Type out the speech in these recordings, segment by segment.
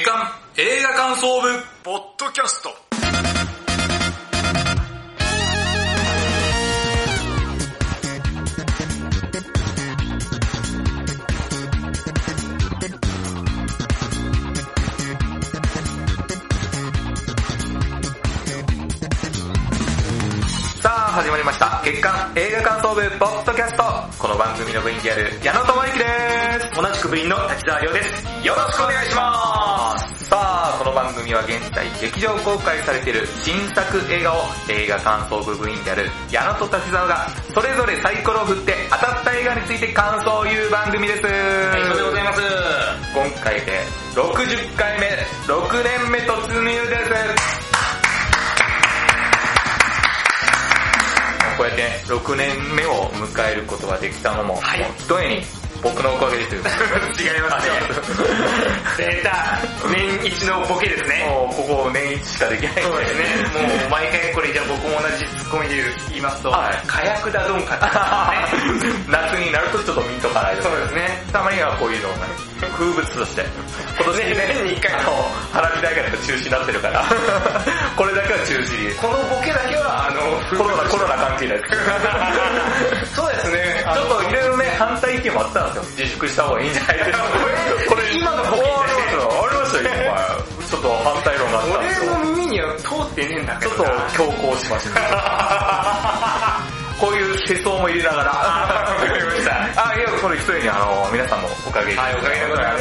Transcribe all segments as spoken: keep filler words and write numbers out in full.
刊映画感想部ポッドキャスト。さあ始まりました月刊映画感想部ポッドキャスト。この番組の部員である矢野智之です。 同じく部員の滝沢亮です。 よろしくお願いします。さあこの番組は現在劇場公開されている新作映画を映画感想部部員である矢野と滝沢がそれぞれサイコロを振って当たった映画について感想を言う番組です。 はい、そうでございます。 今回でろくじゅっかいめ、ろくねんめ突入です。こうやって、ね、ろくねんめを迎えることができたのも、はい、もうひとえに僕のおかげですよ。 違いますね。出た年一のボケですね。 もうここ年一しかできない。 そうですね。もう毎回これじゃあ僕も同じツッコミで言いますと、はい、火薬だドンかってね。夏になるとちょっとミント辛いです。 そうですね。たまにはこういうのを、ね、風物として今年ね年にいっかいの花火大会とか中止になってるからこれだけは中止。 このボケだけはあのコロナコロナ関係ないです。 そうですね。 ちょっといろいろね反対意見もあったんですよ。自粛した方がいいんじゃないですか。 これ今のボケありましたよ。ちょっと反対論があったんですよ。 俺の耳には通ってねえんだけどちょっと強行しましたこういう世相も入れながらあ、いや、これ一重にあの、皆さんのおかげで。 はい、おかげでございます。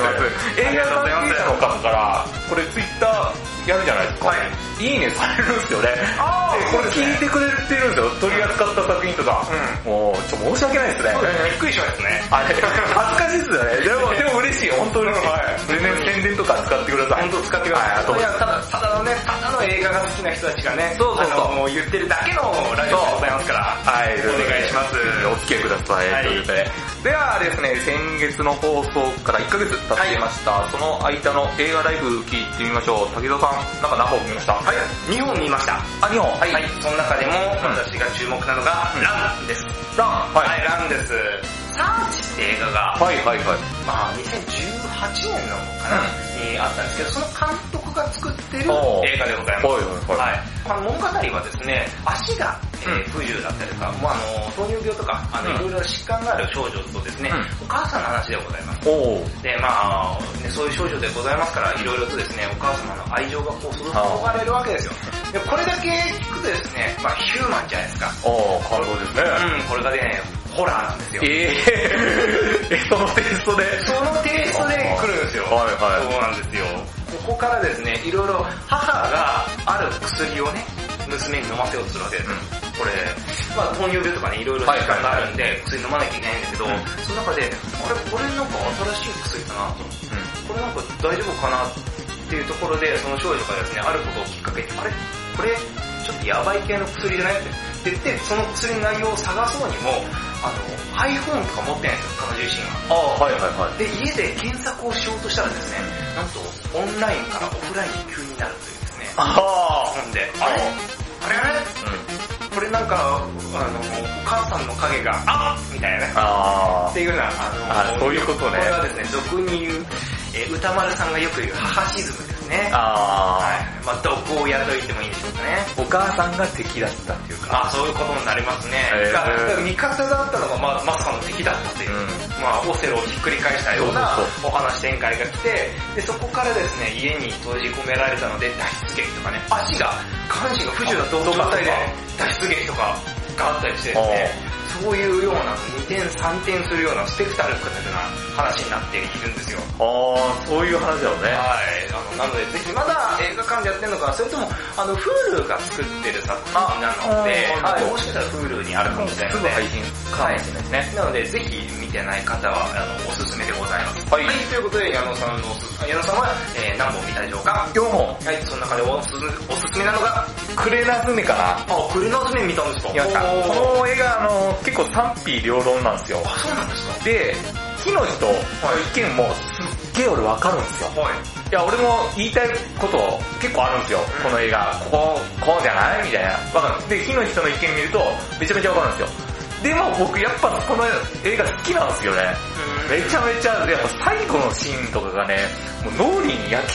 映画関係者の方から、これツイッターやるじゃないですか。はい。いいねされるんですよね。 ああ、 これ聞いてくれてるんですよ。取り扱った作品とか。うん。もう、ちょっと申し訳ないですね。 そうですね。びっくりしましたね。 あれ、恥ずかしいですよね。でも、でも嬉しい。本当に。はい。全然宣伝とか使ってください。 本当使ってください。いや、ただ、ただのね、ただの映画が好きな人たちがね、 そうそうそう。 あの、言ってるだけのラジオでございますから。 はい。 お願いします。 お付き合いください。はい。ということで。ではですね、先月の放送からいっかげつ経っていました。はい、その間の映画ライブ聞いてみましょう。滝沢さん、なんか何本見ました？ はい。にほん見ました。 あ、にほん。 はい。はい、その中でも、私が注目なのが、うん、ランです。 ラン。 はい。はい、ランです。サーチって映画が、 はいはいはい。 まあ、にせんじゅうはちねんのかな、うん、にあったんですけど、その監督が作ってる映画でございます。 はいはいはい。 はい。まあ、物語はですね、足が、えー、不自由だったりとか、まあ、あの、糖尿病とか、あの、いろいろ疾患がある少女とですね、うん、お母さんの話でございます。 おで、まあ、ね、そういう少女でございますから、いろいろとですね、お母様の愛情がこう、注がれるわけですよ。で、これだけ聞くとですね、まあ、ヒューマンじゃないですか。 おー、感動ですね。 うん、これがね、ホラーなんですよ。 えー、そのテイストでそのテイストで来るんですよ。 はいはい。 そうなんですよ。ここからですね、いろいろ母がある薬をね、娘に飲ませようとするわけです。うん、これ、まあ糖尿病とかね、いろいろ疾患があるんで、はいはいはい、薬飲まなきゃいけないんだけど、うん、その中で、あれ、これなんか新しい薬だなと。うん、これなんか大丈夫かなっていうところで、その少女がですね、あることをきっかけに、あれこれ、ちょっとヤバい系の薬じゃないって言って、その薬の内容を探そうにも、あの、iPhone とか持ってないんですよ、彼女自身が。 ああ、はいはいはい。 で、家で検索をしようとしたらですね、なんと、オンラインからオフラインに急になるというですね。 ああ。 ほんで、あれあれあれ、うん、これなんか、あの、お母さんの影が、あみたいなね。 ああ。 っていうような、あの、 あそういうことね。 これはですね、俗に言う、えー、歌丸さんがよく言う母シズムですね。 ああ。 はい。まあ、毒親と言ってもいいんでしょうかね。 お母さんが敵だったっていうか。 あ、そういうことになりますね。 えー、 だから味方だったのが、まあ、まさかの敵だったという、うん、まあ、オセロをひっくり返したようなお話展開が来て、で、そこからですね、家に閉じ込められたので、脱出劇とかね、足が、下半身が不自由な状態で脱出劇とかがあったりしてですね、そういうようなにてんさんてんするようなスペクタルクな話になっているんですよ。 ああ、そういう話だよね。 はい。あの、なのでぜひまだ映画館でやってるのか、それとも、あの、Hulu が作ってる作品なので、はい、もしかしたら Hulu にあるかもしれないので、 すぐ配信かもしれないですね。 なのでぜひ見てない方は、あの、おすすめでございます。 はい。 はい、ということで、矢野さんのおすすめ、矢野さんは、えー、何本見たでしょうか？ よんほん。 はい、その中でおすおすすめなのが、 クレナズメかな。 あ、クレナズメ見たんですか？ いや、この映画、あの、結構賛否両論なんですよ。 あ、そうなんですか？ で、木の人の意見もすっげえ俺わかるんですよ。はい。いや、俺も言いたいこと結構あるんですよ。うん、この映画、ここ、こうじゃないみたいな。わかる。で、木の人の意見見ると、めちゃめちゃわかるんですよ。でも僕やっぱこの映画好きなんですよね。めちゃめちゃ、やっぱ最後のシーンとかがね、もう脳裏に焼き付くんです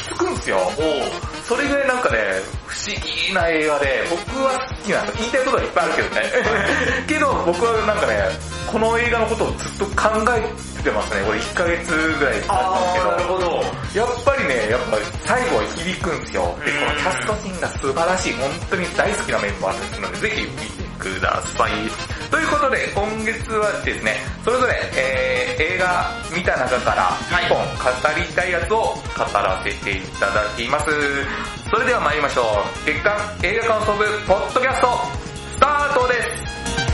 ですよ。それぐらいなんかね、不思議な映画で、僕は好きなんです。言いたいことはいっぱいあるけどね。けど僕はなんかね、この映画のことをずっと考えてますね。これいっかげつぐらい経ったんですけど。 なるほど。 やっぱりね、やっぱ最後は響くんですよ。で、このキャスト陣が素晴らしい、本当に大好きなメンバーですので、ぜひ見てください。ということで、今月はですね、それぞれ、えー、映画見た中からいっぽん語りたいやつを語らせていただきます。それでは参りましょう。月刊映画感想部ポッドキャスト、スタートです。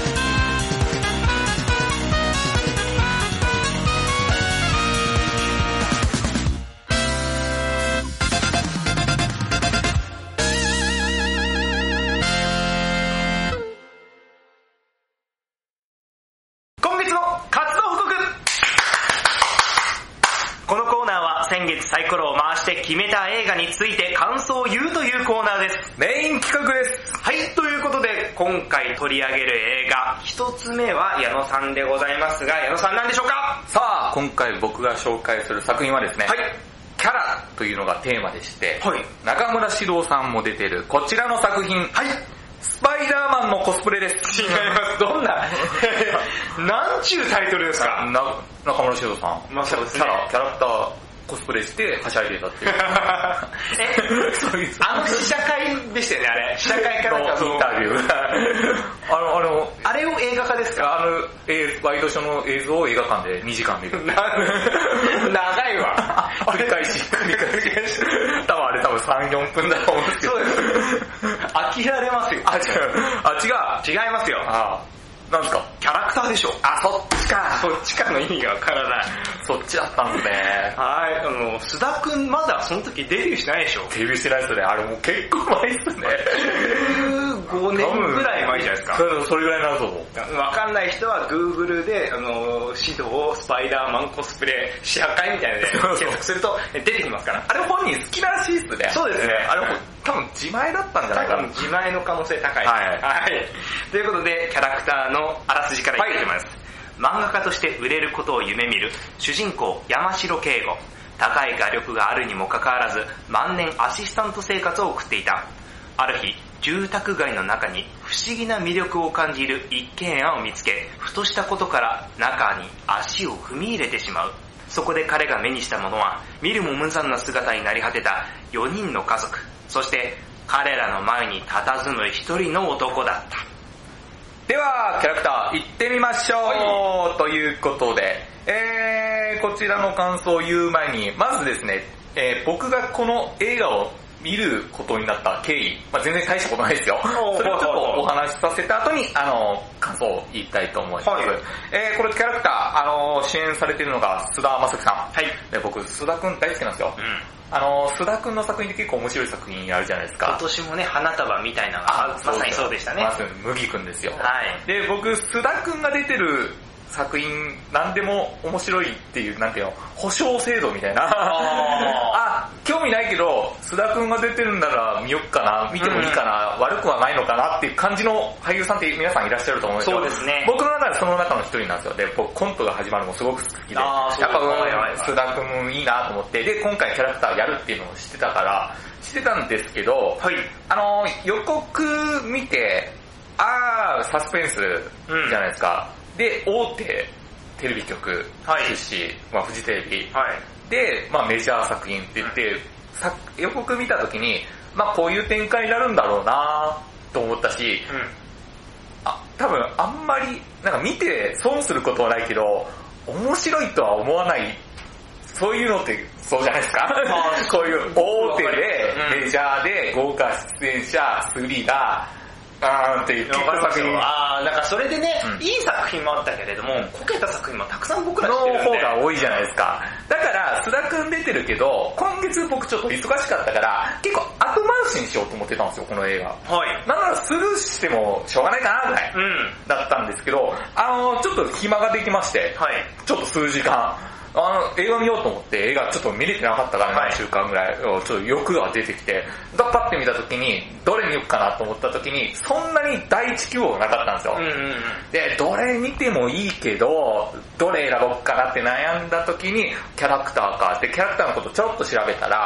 先月サイコロを回して決めた映画について感想を言うというコーナーです。 メイン企画です。 はい、ということで今回取り上げる映画一つ目は矢野さんでございますが、矢野さん何でしょうか？ さあ、今回僕が紹介する作品はですね、はい、キャラというのがテーマでして、はい、中村獅童さんも出てるこちらの作品、はい、スパイダーマンのコスプレです。 違います。どんななんちゅうタイトルですか？ な中村獅童さん、 まあそうですね、 キャラ、キャラクターコスプレしてはしゃいでたっていう。 え、そういう。あの試写会でしたよね、あれ。試写会からかインタビュー。あの、あの、 あれを映画化ですか？ あの、えワイドショーの映像を映画館でにじかん見る。 長いわ。 繰り返し、繰り返し。多分あれ多分さん、よんぷんだと思うんですけど。 そうです。飽きられますよ。 あ、違う。あ、違う。違いますよ。 あなんですか？ キャラクターでしょ。 あ、そっちか。 そっちかの意味がわからない。 そっちだったんですね。 はい、あの、須田くんまだその時デビューしてないでしょ？ デビューしてないですね。あれもう結構前っすね。 じゅうごねんぐらい前じゃないですか。 それぐらいになると思う。 わかんない人は Google で、あの、指導スパイダーマンコスプレ試写会みたいなので検索すると出てきますから。 あれ本人好きらしいっすね。 そうですね。 あれ多分自前だったんじゃないかな。 自前の可能性高い。 はい。 はい。ということで、キャラクターのあらすじからいきます。はい、漫画家として売れることを夢見る主人公山城圭吾。高い画力があるにもかかわらず、万年アシスタント生活を送っていた。ある日、住宅街の中に不思議な魅力を感じる一軒家を見つけ、ふとしたことから中に足を踏み入れてしまう。そこで彼が目にしたものは、見るも無残な姿になり果てたよにんの家族。そして彼らの前に佇む一人の男だった。 ではキャラクター行ってみましょう、はい、ということで、えー、こちらの感想を言う前にまずですね、えー、僕がこの映画を見ることになった経緯、まあ、全然大したことないですよ。それをちょっとお話しさせた後にあの感想を言いたいと思います。はい、えー、これキャラクターあの主演されているのが須田将暉さん。はい。で僕須田くん大好きなんですよ。うん。あの、須田くんの作品って結構面白い作品あるじゃないですか。 今年もね、花束みたいなのがまさにそうでしたね。 まず麦くんですよ。 はい。 で、僕、須田くんが出てる作品、何でも面白いっていう、なんていうの、保証制度みたいな。ああ、興味ないけど、須田くんが出てるんなら見よっかな、見てもいいかな、うん、悪くはないのかなっていう感じの俳優さんって皆さんいらっしゃると思うんですよ。 そうですね。 僕の中でその中の一人なんですよ。で、僕コントが始まるのもすごく好きで、やっぱ、須田くんいいなと思って、で、今回キャラクターやるっていうのを知ってたから、知ってたんですけど、はい、あの、予告見て、あー、サスペンスじゃないですか。うん、で、大手テレビ局出身、はい、まあフジテレビ、はい、で、まあメジャー作品って言って、うん、予告見た時に、まあこういう展開になるんだろうなと思ったし、うん、あ、多分あんまり、なんか見て損することはないけど、面白いとは思わない、そういうのってそうじゃないですか。こういう大手で、メジャーで豪華出演者スリーが、あーっていう結構作品。 あー、なんかそれでね、うん、いい作品もあったけれども、こけた作品もたくさん僕ら知ってるんで。 の方が多いじゃないですか。だから、須田くん出てるけど、今月僕ちょっと忙しかったから、結構後回しにしようと思ってたんですよ、この映画。はい。だからスルーしてもしょうがないかなぐらい、うん、だったんですけど、あの、ちょっと暇ができまして、はい。ちょっと数時間、あの、映画見ようと思って映画ちょっと見れてなかったから何週間ぐらい、ちょっと欲が出てきて、パッて見た時に、どれ見ようかなと思った時に、そんなに第一希望がなかったんですよ。うんうんうん、で、どれ見てもいいけど、どれ選ぼうかなって悩んだ時に、キャラクターかって、キャラクターのことちょろっと調べたら、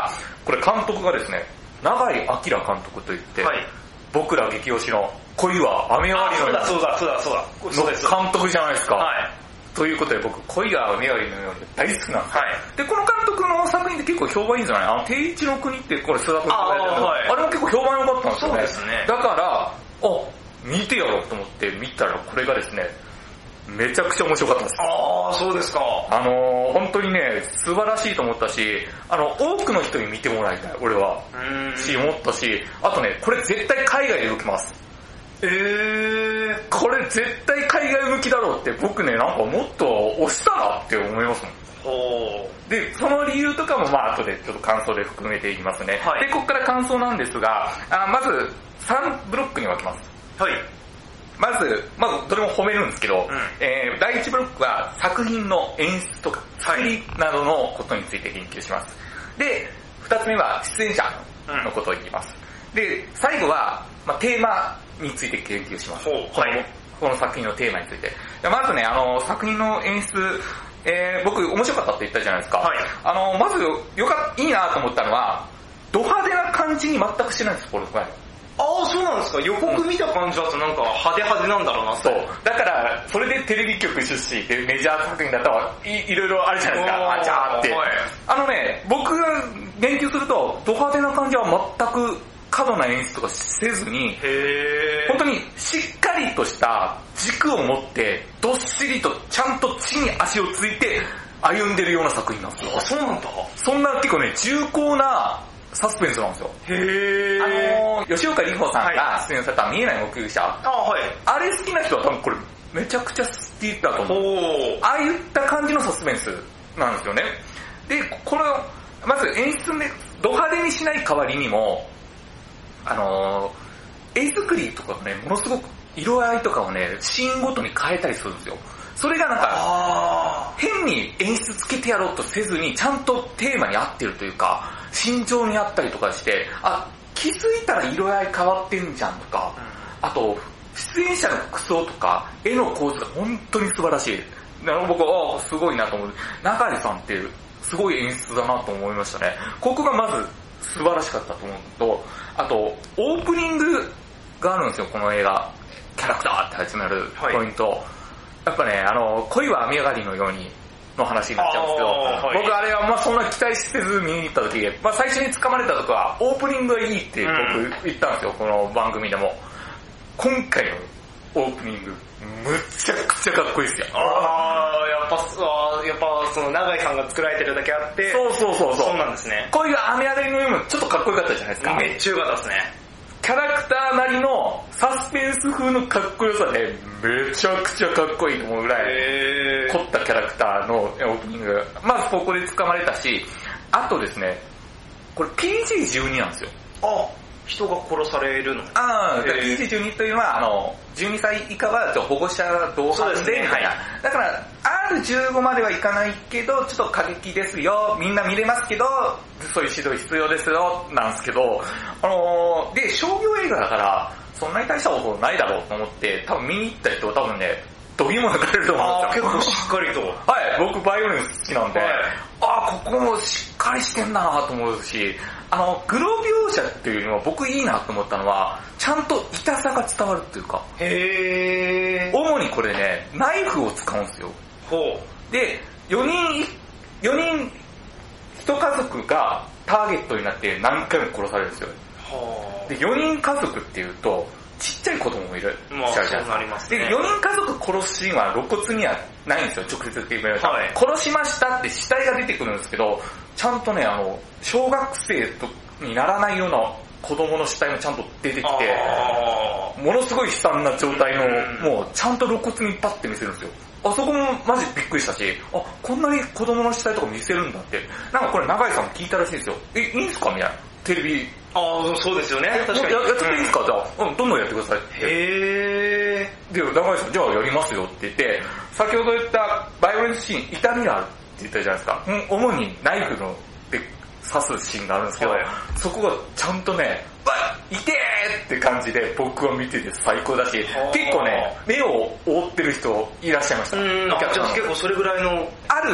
これ監督がですね、永井明監督といって、はい、僕ら激推しの恋は雨上がりのようにそうだそうだそうだそうだ監督じゃないですか。 はい。 ということで僕、恋が雨上がりのように大好きなんですよ。 はい。 で、この監督の作品って結構評判いいんじゃない？あの、定一の国ってこれ須田君がやってる、はい、あれも結構評判良かったんですよね。 そうですね。 だから、あ、見てやろうと思って見たらこれがですね、めちゃくちゃ面白かったです。 ああ、そうですか。 あのー、本当にね、素晴らしいと思ったし、あの、多くの人に見てもらいたい、俺は。うん。し、思ったし、あとね、これ絶対海外で受けます。 えー。 これ絶対海外向きだろうって僕ね、なんかもっと押したなって思いますもん。 ほう。で、その理由とかもまあ後でちょっと感想で含めていきますね。はい。で、ここから感想なんですが、あまずさんブロックに分けます。 はい。 まず、まずどれも褒めるんですけど、うん、えー、だいいちブロックは作品の演出とか作りなどのことについて言及します。で、ふたつめは出演者のことを言います。うん、で、最後は、まあ、テーマについて言及します。 はい、 この作品のテーマについて。まずね、あの、作品の演出、えー、僕面白かったって言ったじゃないですか。はい、あの、まずよかいいなと思ったのは、ド派手な感じに全くしてないんです、これ。 ああ、そうなんですか。予告見た感じだとなんか派手派手なんだろうなって。 そう。だから、それでテレビ局出身でメジャー作品だったらい、いろいろあるじゃないですか。あちゃーって。はい、あのね、僕が言及すると、ド派手な感じは全く過度な演出とかせずに、 へ本当にしっかりとした軸を持って、どっしりとちゃんと地に足をついて歩んでるような作品なんですよ。 あ、そうなんだ。 そんな結構ね、重厚なサスペンスなんですよ。 へー。 あのー、吉岡里帆さんが出演された見えない目撃者。 あ、はい。 あれ好きな人は多分これめちゃくちゃ好きだと思う。ああいった感じのサスペンスなんですよね。で、これまず演出でド派手にしない代わりにも、あのー、絵作りとかね、ものすごく色合いとかをね、シーンごとに変えたりするんですよ。それがなんか、変に演出つけてやろうとせずに、ちゃんとテーマに合ってるというか、心情に合ったりとかして、あ、気づいたら色合い変わってんじゃんとか、あと、出演者の服装とか、絵の構図が本当に素晴らしい。だから僕は、あ、すごいなと思う。中井さんってすごい演出だなと思いましたね。ここがまず素晴らしかったと思うのと、あと、オープニングがあるんですよ、この映画。キャラクターって始まるポイント。はい、やっぱね、あの、恋は雨上がりのようにの話になっちゃうんですけど、はい、僕あれはまあそんな期待せず見に行った時、まあ最初に掴まれた時はオープニングがいいって僕言ったんですよ、うん、この番組でも。今回のオープニング、むちゃくちゃかっこいいですよ。 あー、やっぱ、やっぱその永井さんが作られてるだけあって、 そうそうそうそう。 そうなんですね。 恋が雨上がりのようにもちょっとかっこよかったじゃないですか。 めっちゃよかったですね。 キャラクターなりのサスペンス風のかっこよさでめちゃくちゃかっこいいと思うぐらい凝ったキャラクターのオープニング。まずここで掴まれたし、あとですね、これ ピージーじゅうに なんですよ。 あ、人が殺されるの？ ああ、ピージーじゅうに というのは、あの、じゅうにさい以下は保護者同伴で、みたいな。だから、アールじゅうご まではいかないけど、ちょっと過激ですよ、みんな見れますけど、そういう指導必要ですよ、なんですけど、あのー、で、商業映画だから、そんなに大したことないだろうと思って、多分見に行った人は多分ね、どぎも抜かれると思うんですよ。 あ、結構しっかりと。 はい、僕バイオリン好きなんで、はい、あ、ここもしっかりしてんだなと思うし、あの、グロ描写っていうのは僕いいなと思ったのは、ちゃんと痛さが伝わるっていうか。 へー。 主にこれね、ナイフを使うんですよ。 ほう。で、よにん、よにん、一家族がターゲットになって何回も殺されるんですよ。 はで、よにん家族っていうと、ちっちゃい子供もいる。 まあ、そうなりますね。 で、よにん家族殺すシーンは露骨にはないんですよ、直接的に言うと。はい、殺しましたって死体が出てくるんですけど、ちゃんとね、あの、小学生とにならないような子供の死体もちゃんと出てきて、ものすごい悲惨な状態の、もうちゃんと露骨にパッて見せるんですよ。あそこもマジびっくりしたし、あ、こんなに子供の死体とか見せるんだって。なんかこれ永井さんも聞いたらしいんですよ。え、いいんすかみたいな。テレビ。 ああ、そうですよね。確かに。 や, やってもいいですか、うん、じゃあ、うん、どんどんやってくださいって。 へー。 で、永井さん、じゃあやりますよって言って、先ほど言ったバイオレンスシーン、痛みがあるって言ったじゃないですか。うん、主にナイフので刺すシーンがあるんですけど、はい、そこがちゃんとね、わっ、痛えって感じで僕は見てて最高だし、結構ね、目を覆ってる人いらっしゃいました。 うん、じゃあ結構それぐらいの。 ある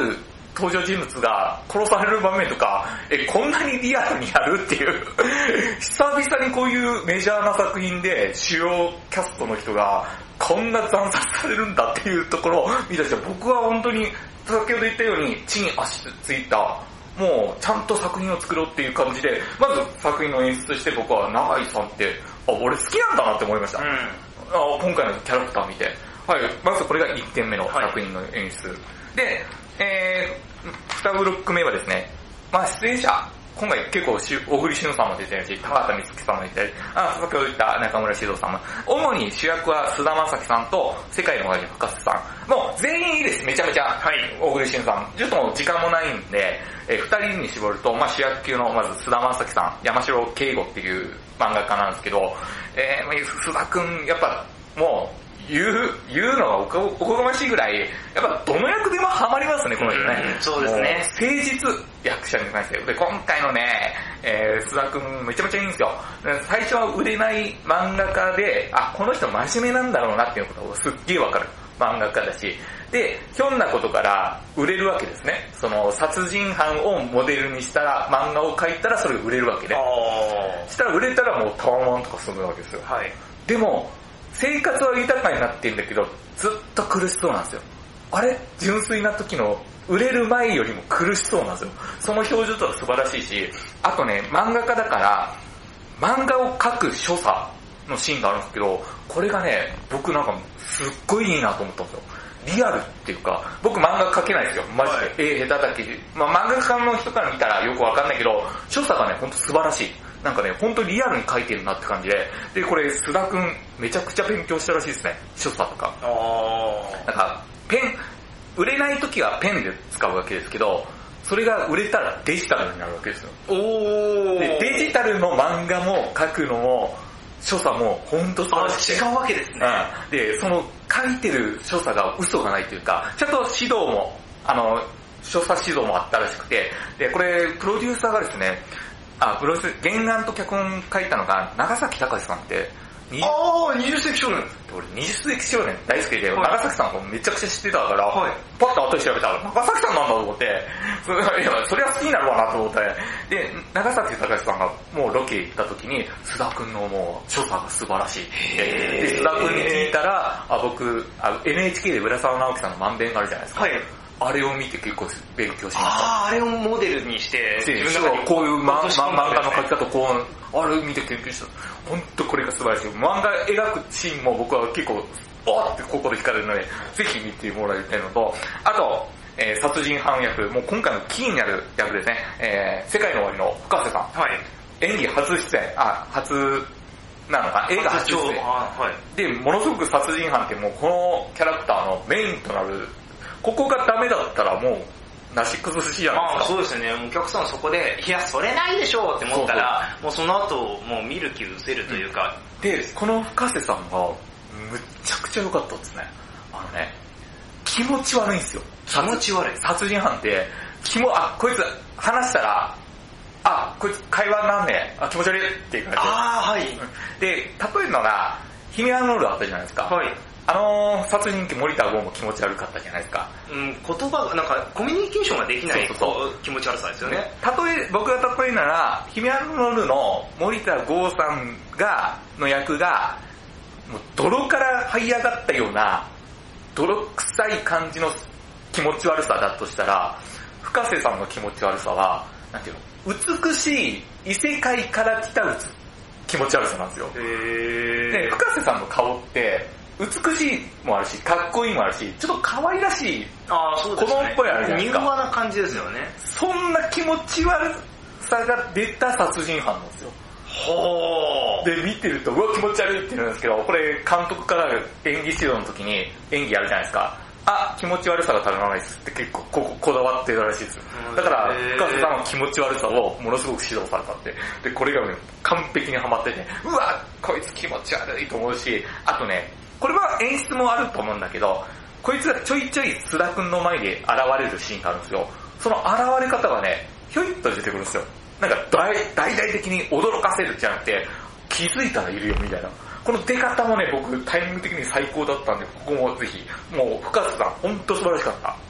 登場人物が殺される場面とか、え、こんなにリアルにやるっていう。久々にこういうメジャーな作品で主要キャストの人がこんな惨殺されるんだっていうところを見た人は、僕は本当に先ほど言ったように地に足ついた、もうちゃんと作品を作ろうっていう感じで、まず作品の演出として僕は永井さんって、あ、俺好きなんだなって思いました。うん、あ今回のキャラクター見て。はい、まずこれがいってんめの作品の演出。はい、で、えー、にブロック目はですね、まあ出演者、今回結構小栗旬さんも出てるし、高畑充希さんも出てる、あ、先ほど言った中村獅童さんも、主に主役は菅田将暉さんと世界の終わりの深瀬さん。もう全員いいです、めちゃめちゃ。はい。小栗旬さん。ちょっともう時間もないんで、えー、二人に絞ると、まあ主役級のまず菅田将暉さん、山城圭吾っていう漫画家なんですけど、えー、須田くん、やっぱもう、言う、言うのがおこおこがましいぐらい、やっぱどの役でもハマりますね、この人ね。 うん、そうですね。 誠実役者に関して。で、今回のね、えー、須田くんめちゃめちゃいいんですよ。最初は売れない漫画家で、あ、この人真面目なんだろうなっていうことをすっげーわかる漫画家だし、で、ひょんなことから売れるわけですね。その、殺人犯をモデルにしたら、漫画を描いたらそれが売れるわけで。したら売れたらもうタワマンとかするわけですよ。はい。でも、生活は豊かになってるんだけど、ずっと苦しそうなんですよ。あれ純粋な時の、売れる前よりも苦しそうなんですよ。その表情とは素晴らしいし、あとね、漫画家だから、漫画を描く所作のシーンがあるんですけど、これがね、僕なんかすっごいいいなと思ったんですよ。リアルっていうか、僕漫画描けないですよ、マジで。はい、絵下手だけで。まあ漫画家の人から見たらよくわかんないけど、所作がね、ほんと素晴らしい。なんかね、ほんとリアルに描いてるなって感じで、で、これ、須田くんめちゃくちゃ勉強したらしいですね、所作とか。あなんか、ペン、売れない時はペンで使うわけですけど、それが売れたらデジタルになるわけですよ。おでデジタルの漫画も描くのも、所作もほんと素晴らしい。 違うわけですね。 うん。で、その描いてる所作が嘘がないというか、ちゃんと指導も、あの、所作指導もあったらしくて、で、これ、プロデューサーがですね、あ、プロデュース、原案と脚本書いたのが、長崎隆さんって、 ああ、二十世紀少年。 俺、二十世紀少年大好きで、はい、長崎さんもめちゃくちゃ知ってたから、はい、パッと後で調べたら、長崎さんなんだと思って、それいやそれは好きになるわなと思って、で、長崎隆さんがもうロケ行った時に、須田くんのもう、所作が素晴らしいって言って、で、須田くんに聞いたら、あ、僕、あ エヌエイチケー で浦沢直樹さんの漫弁があるじゃないですか。はい。あれを見て結構勉強しました。 ああ、あれをモデルにして、 自分のこういう漫画の描き方、こう、あれを見て研究した。ほんとこれが素晴らしい。漫画描くシーンも僕は結構、おーって心惹かれるので、ぜひ見てもらいたいのと、あと、えー、殺人犯役、もう今回のキーになる役ですね、えー、世界の終わりの深瀬さん。はい。演技初出演、あ、初、なのか、映画初出演。はい。で、ものすごく殺人犯ってもうこのキャラクターのメインとなる、ここがダメだったらもう、なし崩しじゃないですか。 ああ、そうですね。お客さんそこで、いや、それないでしょうって思ったら、そうそうもうその後、もう見る気失せるというか。 で、この深瀬さんが、むっちゃくちゃ良かったですね。あのね、気持ち悪いんですよ。 気持ち悪い殺人犯って、気も、あ、こいつ話したら、あ、こいつ会話なんねえ、あ、気持ち悪いっていう感じで。 ああ、はい。 で、例えるのが、ヒメアノールあったじゃないですか。はい。あのー、殺人鬼森田剛も気持ち悪かったじゃないですか。 うん、言葉が、なんか、コミュニケーションができない、そうそうそう気持ち悪さですよね。 例え、僕が例えるなら、ヒメアノールの森田剛さんが、の役が、もう泥から這い上がったような、泥臭い感じの気持ち悪さだとしたら、深瀬さんの気持ち悪さは、なんていうの、美しい異世界から来た気持ち悪さなんですよ。へー。で、深瀬さんの顔って、美しいもあるし、かっこいいもあるし、ちょっと可愛らしい、 あそうですね、 子供っぽいあるじゃないですか。 柔和な感じですよね。 そんな気持ち悪さが出た殺人犯なんですよ。ほー。で、見てると、うわ、気持ち悪いって言うんですけど、これ、監督から演技指導の時に演技やるじゃないですか。あ、気持ち悪さが足らないですって結構こここだわってるらしいですよ。だから、深瀬さんは気持ち悪さをものすごく指導されたって。で、これがね、完璧にハマってて、うわ、こいつ気持ち悪いと思うし、あとね、これは演出もあると思うんだけど、こいつがちょいちょい須田くんの前で現れるシーンがあるんですよ。その現れ方がね、ひょいっと出てくるんですよ。なんか大、大々的に驚かせるんじゃなくて、気づいたらいるよみたいな。この出方もね、僕タイミング的に最高だったんで、ここもぜひ、もう深瀬さん、ほんと素晴らしかった。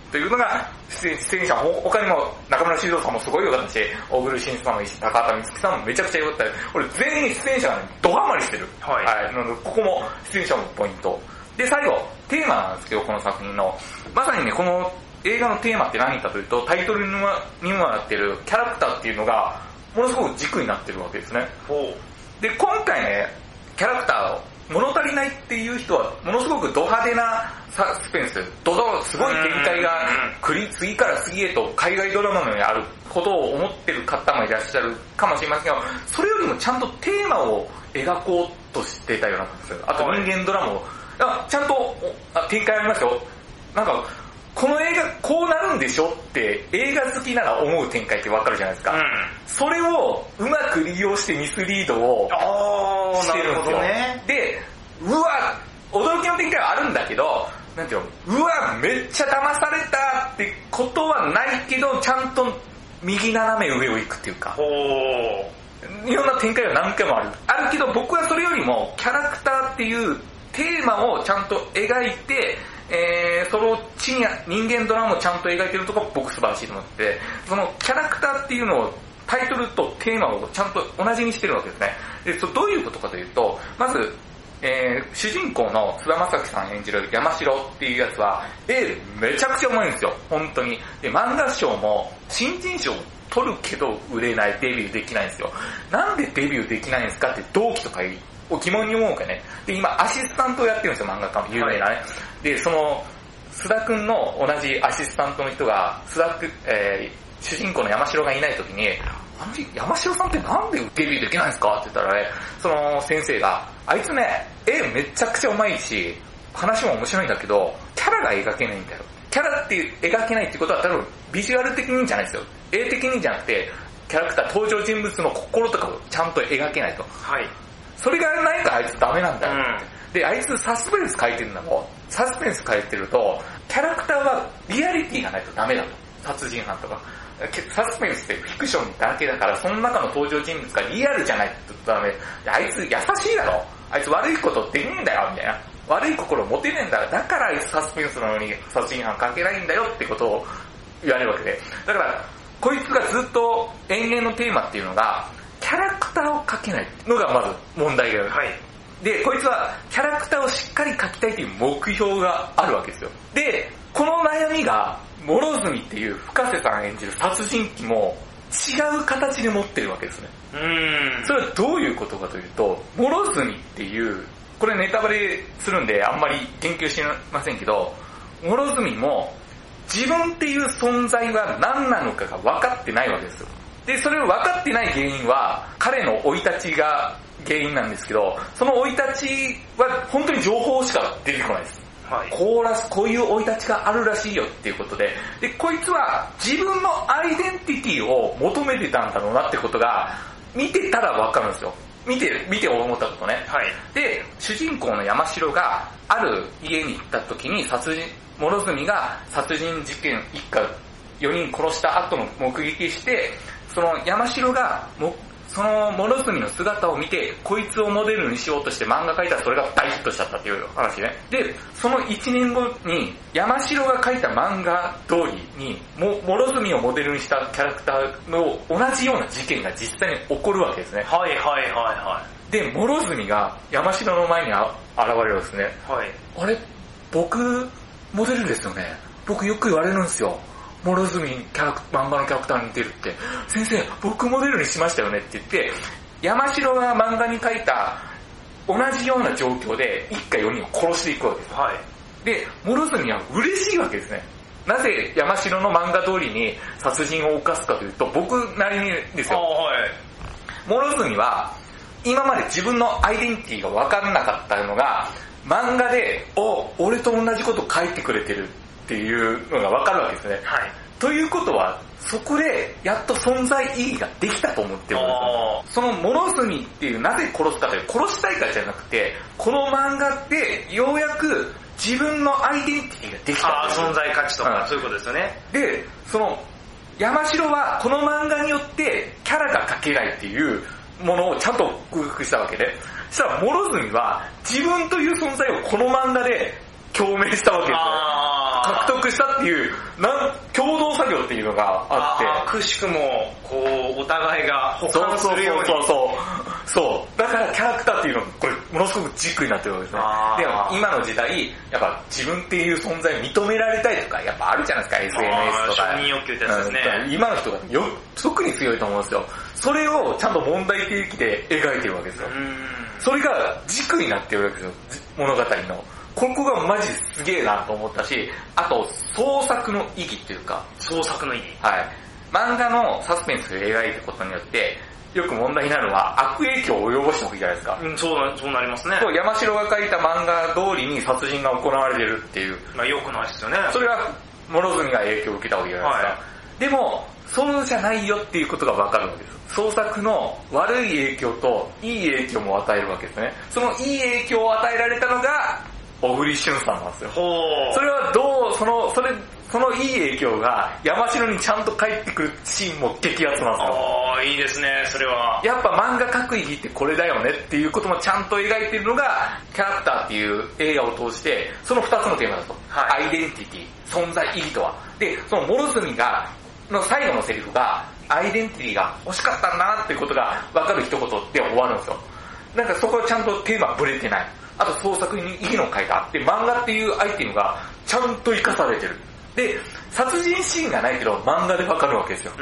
というのが出演者、他にも中村獅童さんもすごい良かったし、大黒慎さんもいいし、高畑充希さんもめちゃくちゃ良かった。俺全員出演者が、ね、ドハマりしてる。はい。はい。なのでここも出演者のポイント。で、最後、テーマなんですけど、この作品の。まさにね、この映画のテーマって何かというと、タイトルにもなってるキャラクターっていうのが、ものすごく軸になってるわけですね。で、今回ね、キャラクターを物足りないっていう人は、ものすごくド派手なサスペンス、ドドすごい展開が次から次へと海外ドラマのようにあることを思ってる方もいらっしゃるかもしれませんが、それよりもちゃんとテーマを描こうとしてたような感じです。あと人間ドラマを、ちゃんと展開ありますよ。なんか、この映画こうなるんでしょって映画好きなら思う展開ってわかるじゃないですか、うん、それをうまく利用してミスリードをしてるんですよ、ね、で、うわ驚きの展開はあるんだけど、なんていうの、うわめっちゃ騙されたってことはないけど、ちゃんと右斜め上を行くっていうか、いろんな展開が何回もあるあるけど、僕はそれよりもキャラクターっていうテーマをちゃんと描いて、えー、その地に人間ドラマもちゃんと描いてるところが僕素晴らしいと思って、そのキャラクターっていうのをタイトルとテーマをちゃんと同じにしてるわけですね。で、そどういうことかというと、まず、えー、主人公の菅田将暉さん演じる山城っていうやつは絵めちゃくちゃうまいんですよ、本当に。で、漫画賞も新人賞を取るけど売れない、デビューできないんですよ。なんでデビューできないんですかって同期とか疑問に思うかね。で、今アシスタントをやってるんですよ、漫画家の有名なね。はい、で、その須田くんの同じアシスタントの人が須田くん、えー、主人公の山城がいないときに、あの山城さんってなんでデビューできないんですかって言ったらね、その先生が、あいつね、絵めちゃくちゃうまいし、話も面白いんだけど、キャラが描けないんだよ。キャラって描けないってことは多分ビジュアル的にじゃないですよ。絵的にじゃなくて、キャラクター、登場人物の心とかをちゃんと描けないと。はい。それがないからあいつダメなんだよ、うん、で、あいつサスペンス書いてるんだもん。サスペンス書いてるとキャラクターはリアリティがないとダメだと。殺人犯とかサスペンスってフィクションだけだから、その中の登場人物がリアルじゃないとダメ。あいつ優しいだろ、あいつ悪いことできねえんだよみたいな、悪い心持てねえんだ、だからあいつサスペンスなのに殺人犯書けないんだよってことを言われるわけで、だからこいつがずっと延々のテーマっていうのがキャラクターを描けないのがまず問題がある。はい。で、こいつはキャラクターをしっかり描きたいという目標があるわけですよ。で、この悩みが、諸角っていう深瀬さん演じる殺人鬼も違う形で持ってるわけですね。うーん。それはどういうことかというと、諸角っていう、これネタバレするんであんまり言及しませんけど、諸角も自分っていう存在は何なのかが分かってないわけですよ。で、それを分かってない原因は、彼の生い立ちが原因なんですけど、その生い立ちは本当に情報しか出てこないです。はい、こうらこういう生い立ちがあるらしいよっていうことで、で、こいつは自分のアイデンティティを求めてたんだろうなってことが、見てたら分かるんですよ。見て、見て思ったことね。はい、で、主人公の山城がある家に行った時に、殺人、諸角が殺人事件一家よにん殺した後の目撃して、その山城がもその諸角の姿を見て、こいつをモデルにしようとして漫画描いたらそれが大ヒットしちゃったっていう話ね。で、そのいちねんごに山城が描いた漫画通りに、も諸角をモデルにしたキャラクターの同じような事件が実際に起こるわけですね。はいはいはいはい。で、諸角が山城の前にあ現れるんですね。はい。あれ、僕、モデルですよね。僕よく言われるんですよ。諸角キャラク漫画のキャラクターに似てるって。先生、僕モデルにしましたよねって言って、山城が漫画に描いた同じような状況で一家よにんを殺していくわけです。はい。で、諸角は嬉しいわけですね。なぜ山城の漫画通りに殺人を犯すかというと、僕なりにですよ。はい。諸角は今まで自分のアイデンティティが分からなかったのが、漫画で、お、俺と同じこと書いてくれてるっていうのが分かるわけですね。はい。ということは、そこでやっと存在意義ができたと思ってるんですよ。その諸角っていうなぜ殺すかという、殺したいからじゃなくて、この漫画でようやく自分のアイデンティティができた。あ、 存在価値とか、うん、そういうことですよね。 で、その山城はこの漫画によってキャラが描けないっていうものをちゃんと克服したわけで、そしたら諸角は自分という存在をこの漫画で共鳴したわけですよ。 獲得したっていう、なん共同作業っていうのがあって。 あくしくも、こう、お互いが補完するように。 そうそうそうそう。そう。だからキャラクターっていうのが、これ、ものすごく軸になってるわけですね。でも、今の時代、やっぱ自分っていう存在を認められたいとか、やっぱあるじゃないですか、エスエヌエス とか。 承認欲求ってやつですね。 今の人がよ、特に強いと思うんですよ。それをちゃんと問題提起で描いてるわけですよ。それが軸になってるわけですよ、物語の。ここがマジすげえなと思ったし、あと創作の意義っていうか。 創作の意義。 はい。漫画のサスペンスを描いていくことによって、よく問題になるのは悪影響を及ぼしたわけじゃないですか。 うん、そうな、そうなりますね。 そう、山城が書いた漫画通りに殺人が行われてるっていう。 まあ良くないですよね。 それは、諸角が影響を受けたわけじゃないですか。はい、でも、そうじゃないよっていうことがわかるわけです。創作の悪い影響といい影響も与えるわけですね。そのいい影響を与えられたのが、小栗旬さんなんですよ。それはどう、その、それ、そのいい影響が山城にちゃんと返ってくるシーンも激アツなんですよ。 ああ、いいですね、それは。 やっぱ漫画描く意義ってこれだよねっていうこともちゃんと描いてるのが、キャラクターっていう映画を通して、その二つのテーマだと。はい、アイデンティティ、存在意義とは。で、その諸角が、の最後のセリフが、アイデンティティが欲しかったんだなっていうことが分かる一言で終わるんですよ。なんかそこはちゃんとテーマブレてない。あと創作に意義の回があって、漫画っていうアイテムがちゃんと活かされてる。で、殺人シーンがないけど漫画でわかるわけですよ。 うん。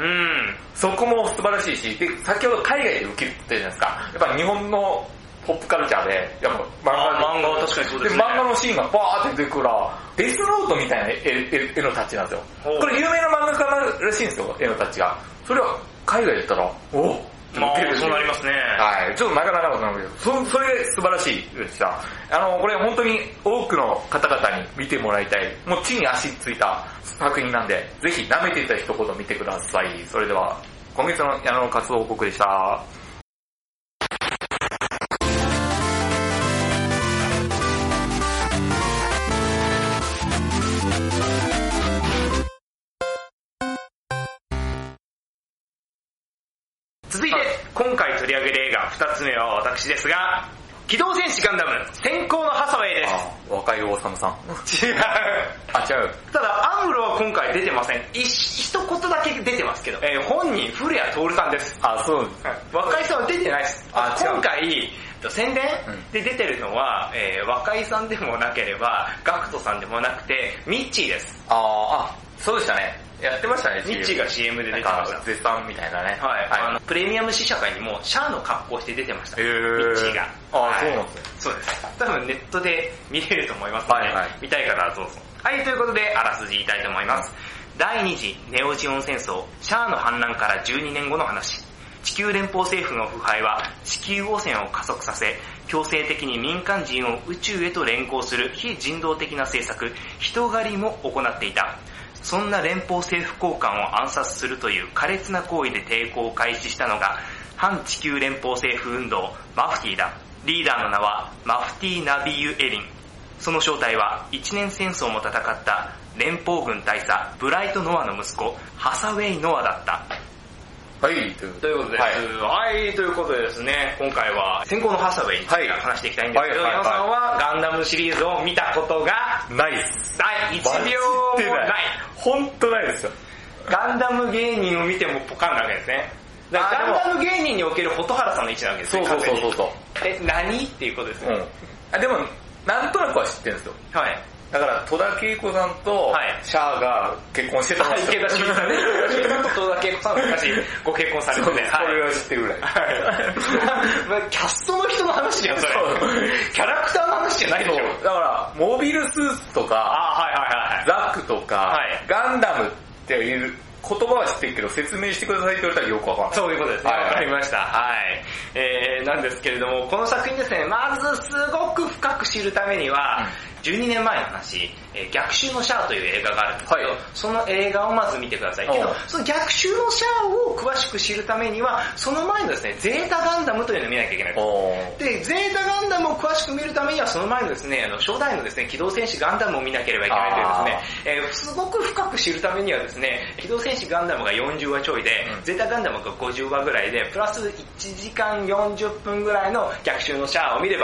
そこも素晴らしいし、で、先ほど海外で受けるって言ったじゃないですか。やっぱ日本のポップカルチャーで、やっぱ漫画漫画は確かにそうですね。 で、漫画のシーンがバーって出てくるから、デスノートみたいな絵絵絵のタッチなんですよ。これ有名な漫画家らしいんですよ、絵のタッチが。それは海外で言ったら、おっまあ、そうなりますね。 はい。ちょっとなかなかなことなんだけど、そ、それ素晴らしいでした。あの、これ本当に多くの方々に見てもらいたい、もう地に足ついた作品なんで、ぜひ舐めていた一言見てください。それでは、今月の矢野の活動報告でした。 続いて、今回取り上げる映画二つ目は私ですが、機動戦士ガンダム先行のハサウェイです。 あ、若い王様さん。 違う。 あ、違う。 ただ、アムロは今回出てません。一一言だけ出てますけど、えー、本人、古谷徹さんです。 あ、そうです。 若井さんは出てないです。 あ、 今回、宣伝で出てるのは、えー、若井さんでもなければ、ガクトさんでもなくて、ミッチーです。 ああ、そうでしたね。やってましたね、 ミッチーが シーエム で出てました。 絶賛みたいなね。 はい。はい、あの、プレミアム試写会にも、シャアの格好して出てました。 へー。 ミッチーが。 あ、 はい、 そうなんですね。 そうです。多分ネットで見れると思いますので、はいはい、見たい方はどうぞ。はい、ということで、あらすじ言いたいと思います。第二次ネオジオン戦争、シャアの反乱からじゅうにねんごの話。地球連邦政府の腐敗は地球汚染を加速させ、強制的に民間人を宇宙へと連行する非人道的な政策、人狩りも行っていた。そんな連邦政府高官を暗殺するという苛烈な行為で抵抗を開始したのが、反地球連邦政府運動、マフティーだ。リーダーの名はマフティー・ナビユ・エリン。その正体は一年戦争も戦った連邦軍大佐ブライト・ノアの息子、ハサウェイ・ノアだった。 はい、ということです。はい、はい、ということでですね、今回は先行のハサウェイについて話していきたいんですけど、矢野さんはガンダムシリーズを見たことがないです。 ない、いちびょうもない。 ほんとないですよ。 ガンダム芸人を見てもポカンなわけですね。だからガンダム芸人における蛍原さんの位置なわけですね。 そうそうそうそう。 え、何っていうことですね。 うん。あ、でも、なんとなくは知ってるんですよ。 はい。 だから、戸田恵子さんとシャアが結婚してたんですよ。 池田清水さんね。戸田恵子さんは昔ご結婚されてて。 それは知ってるぐらい。 はい。キャストの人の話じゃん、それ。キャラクターの話じゃないでしょ。 だから、モビルスーツとか、 あ、はいはいはい、 ザックとか、はい、ガンダムっていう言葉は知ってるけど、説明してくださいって言われたらよくわかんない。 そういうことですね。わ、はい、かりました。はい。えー、なんですけれども、この作品ですね、まずすごく深く知るためには、うんじゅうにねんまえの話、えー、逆襲のシャアという映画があるんですけど、はい、その映画をまず見てください。けど、その逆襲のシャアを詳しく知るためには、その前のですね、ゼータガンダムというのを見なきゃいけないです。で、ゼータガンダムを詳しく見るためには、その前のですね、あの初代のですね、機動戦士ガンダムを見なければいけないというですね、えー、すごく深く知るためにはですね、機動戦士ガンダムがよんじゅうわちょいで、うん、ゼータガンダムがごじゅうわぐらいで、プラスいちじかんよんじゅっぷんぐらいの逆襲のシャアを見れば、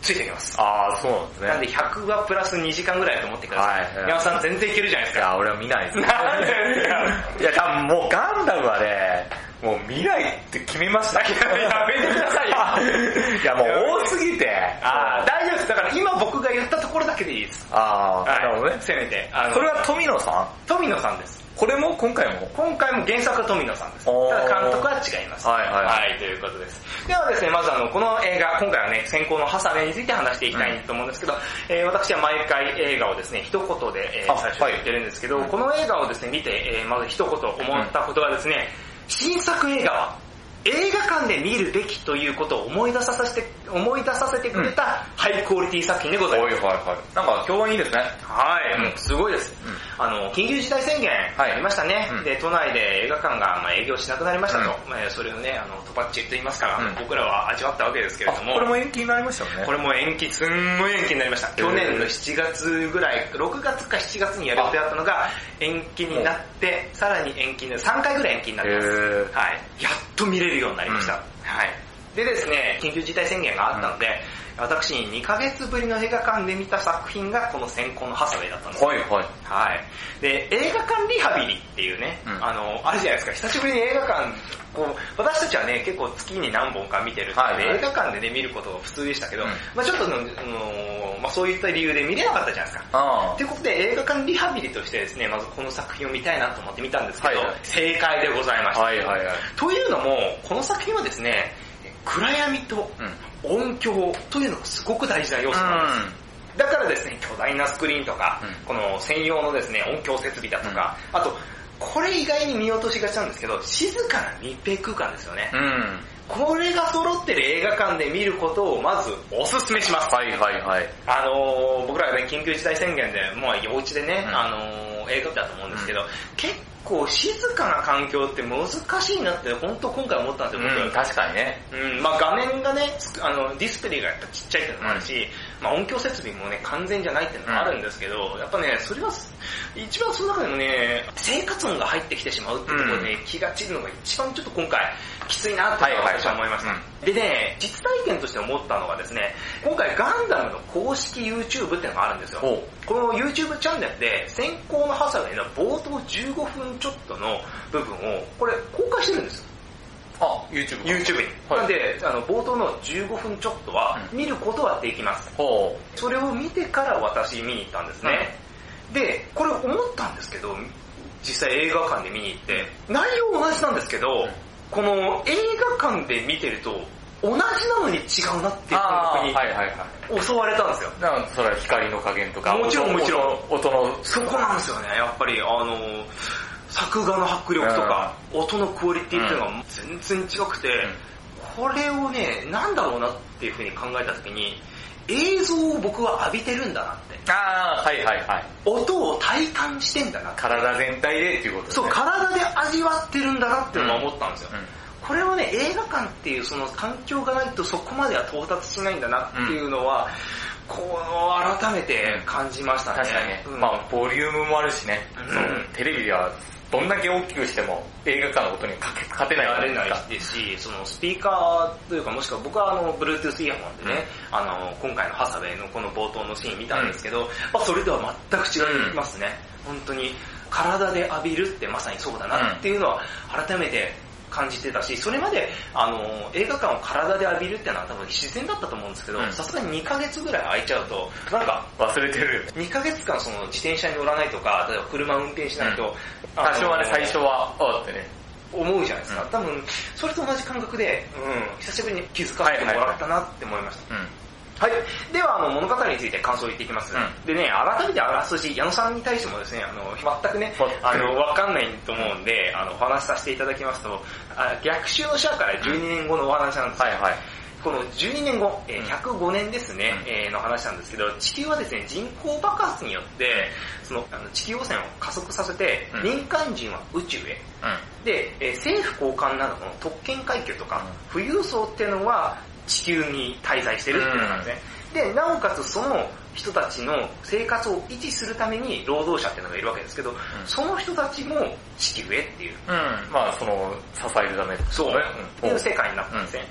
ついてきます。 ああ、そうなんですね。 なんでひゃくはプラスにじかんぐらいと思ってください。はい。山さん全然いけるじゃないですか。 いや、俺は見ないです。なんでですか。いや、多分もうガンダムはね、もう見ないって決めました。 やめてくださいよ。 いや、もう多すぎて。 ああ、大丈夫です。だから今僕が言ったところだけでいいです。 ああ、なるほどね。 せめて。 それは富野さん？ 富野さんです。 これも今回も今回も原作は富野さんです。ただ監督は違います。 はいはいはい。 はい、ということです。ではですね、まずあの、この映画、今回はね、先行のハサウェイについて話していきたいと思うんですけど、うん、えー、私は毎回映画をですね、一言で、えー、最初に言ってるんですけど、はい、この映画をですね、見て、えー、まず一言思ったことはですね、うん、新作映画は、映画館で見るべきということを思い出させて、思い出させてくれたハイクオリティ作品でございます。 はいはいはい。なんか評判いいですね。 はい、うん、すごいです。うん、あの、緊急事態宣言ありましたね。はい、で、都内で映画館がまあ営業しなくなりましたと。うん、まあ、それをね、あの、トパッチと言いますから、うん、僕らは味わったわけですけれども。 これも延期になりましたよね。 これも延期、すんごい延期になりました。去年のしちがつぐらい、ろくがつかしちがつにやる予定だったのが、延期になって、さらに延期になる、さんかいぐらい延期になります。はい。やっと見れるようになりました。うん、はい。でですね、緊急事態宣言があったので、うん、私にかげつぶりの映画館で見た作品がこの先行のハサウェイだったんです。 はいはい。 はい。で、映画館リハビリっていうね、うん、あの、あるじゃないですか、久しぶりに映画館、こう、私たちはね、結構月に何本か見てるので、はいはい、映画館でね、見ることが普通でしたけど、うん、まあちょっと、あの、まあそういった理由で見れなかったじゃないですか。ということで映画館リハビリとしてですね、まずこの作品を見たいなと思って見たんですけど、はいはい、正解でございました。 はいはいはい。 というのも、この作品はですね、暗闇と音響というのがすごく大事な要素なんです。うん、だからですね、巨大なスクリーンとか、うん、この専用のですね、音響設備だとか、うん、あと、これ意外に見落としがちなんですけど、静かな密閉空間ですよね。うん、これが揃ってる映画館で見ることをまずおすすめします。 はいはいはい。 あのー、僕らがね、緊急事態宣言で、もうお家でね、うん、あのー、映画だと思うんですけど、うん、結構静かな環境って難しいなって本当今回思ったんですよ、僕は。 うん、確かにね。 うん、まあ画面がね、あの、ディスプレイがやっぱちっちゃいっていうのもあるし、うん、まあ音響設備もね、完全じゃないっていうのもあるんですけど、うん、やっぱね、それは、一番その中でもね、生活音が入ってきてしまうっていうところで、ね、うん、気が散るのが一番ちょっと今回、きついなって私は思いました。でね、実体験として思ったのがですね、今回ガンダムの公式 YouTube っていうのがあるんですよ。この YouTube チャンネルで先行のハサウェイの冒頭じゅうごふんちょっとの部分をこれ公開してるんですよ。 あ、YouTube? YouTube に。はい、なんで、あの冒頭のじゅうごふんちょっとは見ることはできます。うん、それを見てから私見に行ったんですね。うん、で、これ思ったんですけど、実際映画館で見に行って、内容同じなんですけど、うん、この映画館で見てると、同じなのに違うなっていう感覚に襲われたんですよ。 だからそれは光の加減とか、 もちろんもちろん。 音の、 そこなんですよね、やっぱり、あの、作画の迫力とか、うん、音のクオリティっていうのが全然違くて、うん、これをね、なんだろうなっていうふうに考えたときに、映像を僕は浴びてるんだなって。 ああ、はいはいはい。 音を体感してんだなって。 体全体でっていうことですね。 そう、体で味わってるんだなっていうのは思ったんですよ。うんうん、これはね、映画館っていうその環境がないとそこまでは到達しないんだなっていうのは、うん、こう改めて感じましたね。 確かにね。うん、まあボリュームもあるしね。うん、テレビではどんだけ大きくしても映画館のことに勝てない勝てないですし、そのスピーカーというか、もしくは僕はあの Bluetooth イヤホンでね、うん、あの今回のハサウェイのこの冒頭のシーン見たんですけど、うん、まあそれとは全く違いますね。うん、本当に体で浴びるってまさにそうだなっていうのは改めて感じてたし、それまであの映画館を体で浴びるってのは多分自然だったと思うんですけど、さすがににかげつぐらい空いちゃうと、なんか忘れてるよね。 にかげつかんその自転車に乗らないとか、例えば車運転しないと、うん、 多少はね、最初は、あってね、 思うじゃないですか。うん、多分、それと同じ感覚で、うん、久しぶりに気づかせてもらったなって思いました。はいはいはい、うんはい。では、あの、物語について感想を言っていきます。うん、でね、改めてあらすじ、矢野さんに対してもですね、あの、全くね、あの、わかんないと思うんで、あの、お話しさせていただきますと、あ逆襲のシャアからじゅうにねんごのお話なんですよ。はいはい。このじゅうにねんご、えー、ひゃくごねんですね、うん、えー、の話なんですけど、地球はですね、人口爆発によって、その、あの地球汚染を加速させて、うん、民間人は宇宙へ。うん、で、えー、政府高官などの特権階級とか、うん、富裕層っていうのは、地球に滞在してるっていうのなんですね。うん、で、なおかつその人たちの生活を維持するために労働者っていうのがいるわけですけど、うん、その人たちも地球へっていう。 うん、まあその、支えるため、 そう、うん、っていう世界になったんですね。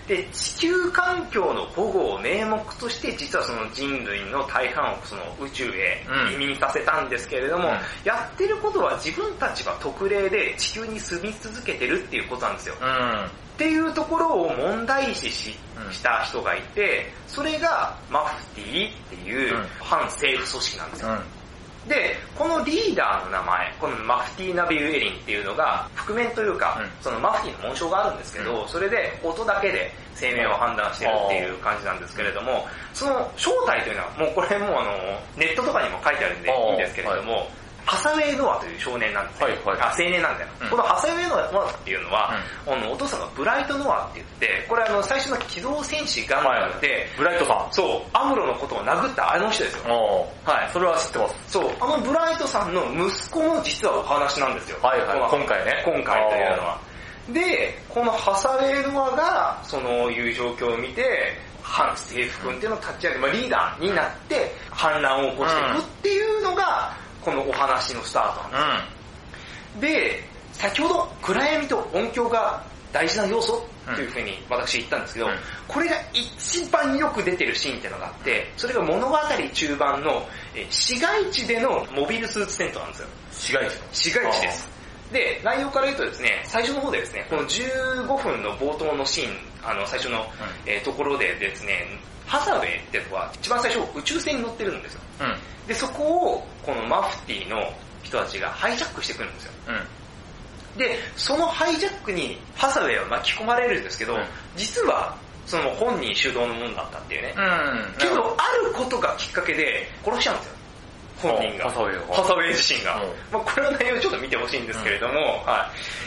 で、地球環境の保護を名目として実はその人類の大半をその宇宙へ移民させたんですけれども、うん、やってることは自分たちは特例で地球に住み続けてるっていうことなんですよ。うん、っていうところを問題視し、した人がいて、それがマフティーっていう反政府組織なんですよ。うんで、このリーダーの名前、このマフティー・ナビル・エリンっていうのが、覆面というか、うん、そのマフティーの紋章があるんですけど、うん、それで音だけで生命を判断してるっていう感じなんですけれども、その正体というのは、もうこれもあの、ネットとかにも書いてあるんでいいんですけれども、ハサウェイ・ノアという少年なんですよ。はいはい、あ、青年なんだよ。うん、このハサウェイ・ノアっていうのは、うん、あのお父さんがブライト・ノアって言って、これあの最初の機動戦士ガンダムで、はい、 ブライトさんそう、アムロのことを殴ったあの人ですよ。 はい、それは知ってます。 そう、あのブライトさんの息子も実はお話なんですよ。 はいはい、今回ね。 今回というのは。で、このハサウェイ・ノアが、そのいう状況を見て、反政府軍っていうのを立ち上げ、まあ、リーダーになって反乱を起こしていくっていうのが、このお話のスタートなんです、うん、で、先ほど暗闇と音響が大事な要素というふうに私言ったんですけど、うん、これが一番よく出てるシーンっていうのがあって、それが物語中盤の市街地でのモビルスーツ戦闘なんですよ。 市街地市街地です。で、内容から言うとですね、最初の方でですね、このじゅうごふんの冒頭のシーン、あの最初の、うんえー、ところでですね、ハサウェイっていうのは一番最初宇宙船に乗ってるんですよ。うんで、そこを、このマフティーの人たちがハイジャックしてくるんですよ。うん、で、そのハイジャックにハサウェイは巻き込まれるんですけど、うん、実は、その本人主導のものだったっていうね。うん、けど、あることがきっかけで殺しちゃうんですよ。本人が。 ハサウェイが。 ハサウェイ自身が。うん、まあ、これの内容をちょっと見てほしいんですけれども、うんはい、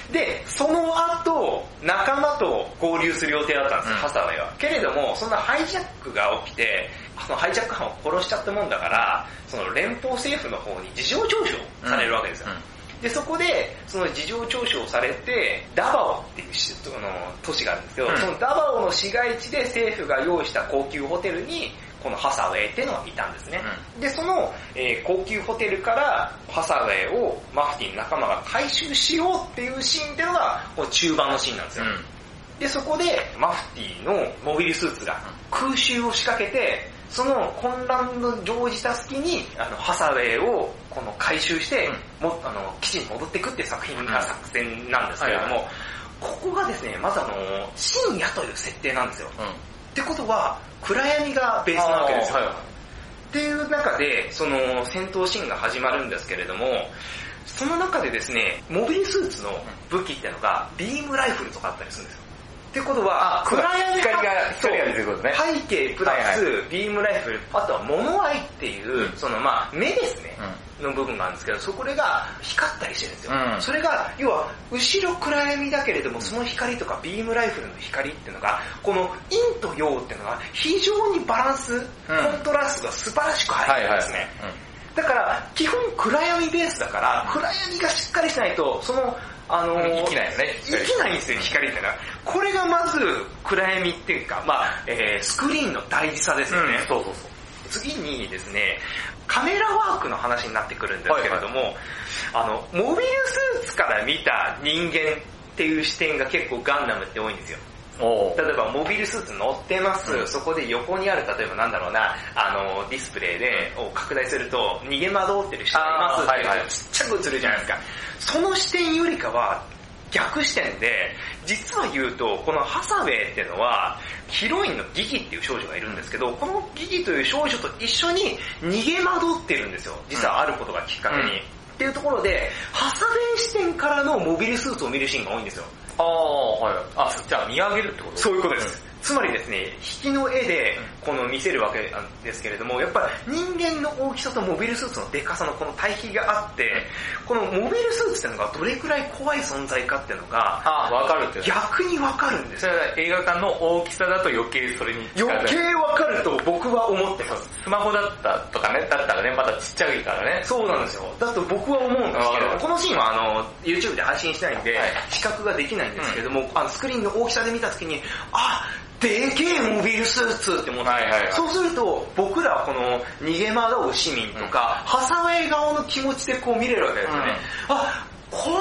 で、その後、仲間と合流する予定だったんですよ、うん、ハサウェイは。けれども、そんなハイジャックが起きて、そのハイジャック犯を殺しちゃったもんだから、その連邦政府の方に事情聴取をされるわけですよ。うんうん、で、そこで、その事情聴取をされて、ダバオっていうの都市があるんですけど、うん、そのダバオの市街地で政府が用意した高級ホテルに、このハサウェイっていうのがいたんですね。うん、で、その、えー、高級ホテルからハサウェイをマフティーの仲間が回収しようっていうシーンっていうのが、この中盤のシーンなんですよ。うん、で、そこでマフティーのモビルスーツが空襲を仕掛けて、その混乱の生じた隙に、あの、ハサウェイをこの回収して、うん、もあの、基地に戻っていくっていう作品が作戦なんですけれども、はいはい、ここがですね、まずあの、深夜という設定なんですよ。うん、ってことは、暗闇がベースなわけですよ。はいはい、っていう中で、その、戦闘シーンが始まるんですけれども、その中でですね、モビルスーツの武器っていうのが、ビームライフルとかあったりするんですよ。ってことは、暗闇光が、光が出てくるね。 背景プラス、ビームライフル、あとは物合いっていう、うん、そのまあ、目ですね、うん、の部分があるんですけど、そこれが光ったりしてるんですよ。うん、それが、要は、後ろ暗闇だけれども、その光とかビームライフルの光っていうのが、この陰と陽っていうのが、非常にバランス、コントラストが素晴らしく入ってるんですね。はいはいだから、基本暗闇ベースだから、暗闇がしっかりしないと、その、あのー、 生きないよね。 生きないんですよ、光ってのは。これがまず、暗闇っていうか、まあ、えー、スクリーンの大事さですよね。うん、そうそうそう。次にですね、カメラワークの話になってくるんですけれども、はいはい、あの、モビルスーツから見た人間っていう視点が結構ガンダムって多いんですよ。例えばモビルスーツ乗ってます、うん、そこで横にある例えばなんだろうなあのディスプレイでを拡大すると逃げ惑ってる人がいますって、はいはい、ちっちゃく映るじゃないですか。その視点よりかは逆視点で、実は言うとこのハサウェイっていうのはヒロインのギギっていう少女がいるんですけど、このギギという少女と一緒に逃げ惑ってるんですよ、実はあることがきっかけに、うん、っていうところでハサウェイ視点からのモビルスーツを見るシーンが多いんですよ。 ああ、はい。あ、じゃあ見上げるってこと？ そういうことです。うん、つまりですね、引きの絵でこの見せるわけなんですけれども、やっぱり人間の大きさとモビルスーツのデカさのこの対比があって、このモビルスーツっていうのがどれくらい怖い存在かっていうのが、 ああ、わかるって逆にわかるんです。 それは映画館の大きさだと余計それに近い。余計わかると僕は思ってます。 スマホだったとかね、だったらね、まだちっちゃいからね。 そうなんですよ。だと僕は思うんですけれども、このシーンはあの、YouTube で配信してないんで、はい、比較ができないんですけれども、うん、あのスクリーンの大きさで見たときに、あ、でけえモビルスーツって思って、はいはいはい、そうすると僕らはこの逃げ惑う市民とか、うん、ハサウェイ側の気持ちでこう見れるわけですよね。うん、あ、こんな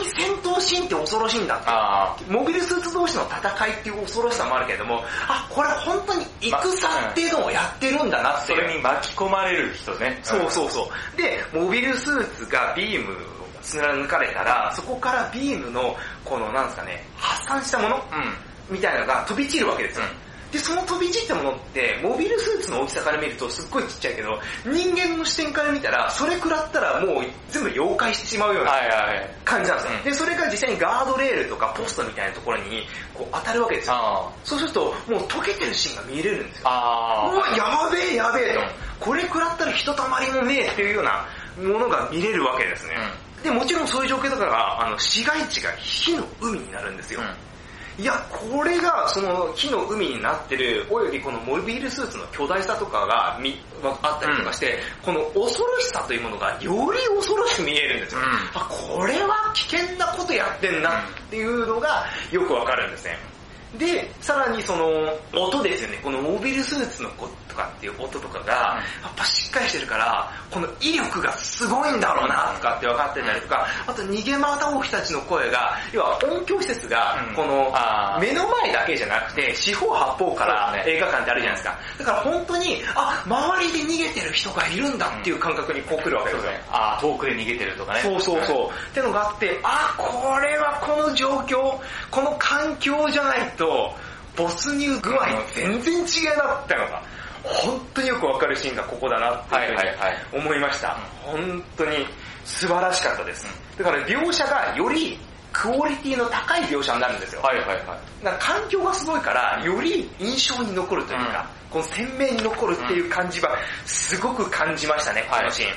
に戦闘シーンって恐ろしいんだって。あモビルスーツ同士の戦いっていう恐ろしさもあるけれども、あ、これ本当に戦っていうのをやってるんだなっていう。 それに巻き込まれる人ね。 そうそうそう。で、モビルスーツがビームを貫かれたら、そこからビームの、このなんですかね、発散したもの、うん、みたいなのが飛び散るわけですよ。うんで、その飛び散ったものって、モビルスーツの大きさから見るとすっごいちっちゃいけど、人間の視点から見たら、それ食らったらもう全部溶解してしまうような感じなんですよ。はいはいはい、で、それが実際にガードレールとかポストみたいなところにこう当たるわけですよ。そうすると、もう溶けてるシーンが見れるんですよ。あうわ、やべえやべえと。これ食らったらひとたまりもねえっていうようなものが見れるわけですね。うん、で、もちろんそういう状況だから、あの、市街地が火の海になるんですよ。うんいや、これがその火の海になってる、およびこのモビルスーツの巨大さとかがみあったりとかして、うん、この恐ろしさというものがより恐ろしく見えるんですよ。うん、あ、これは危険なことやってんなっていうのがよくわかるんですね。で、さらにその音ですよね。このモビルスーツの子とかっていう音とかが、やっぱしっかりしてるから、この威力がすごいんだろうなとかって分かってたりとか、あと逃げ回った王妃たちの声が、要は音響施設が、この目の前だけじゃなくて、四方八方から映画館ってあるじゃないですか。だから本当に、あ、周りで逃げてる人がいるんだっていう感覚にこう来るわけですよ。 あ、遠くで逃げてるとかね。 そうそうそう。っていうのがあって、あ、これはこの状況、この環境じゃないと、と没入具合全然違うなってのが本当によくわかるシーンがここだなっていうふうに思いました。本当に素晴らしかったです。だから描写がよりクオリティの高い描写になるんですよ。はいはいはい。だから環境がすごいからより印象に残るというか、うん、この鮮明に残るっていう感じはすごく感じましたね、このシーン。はい、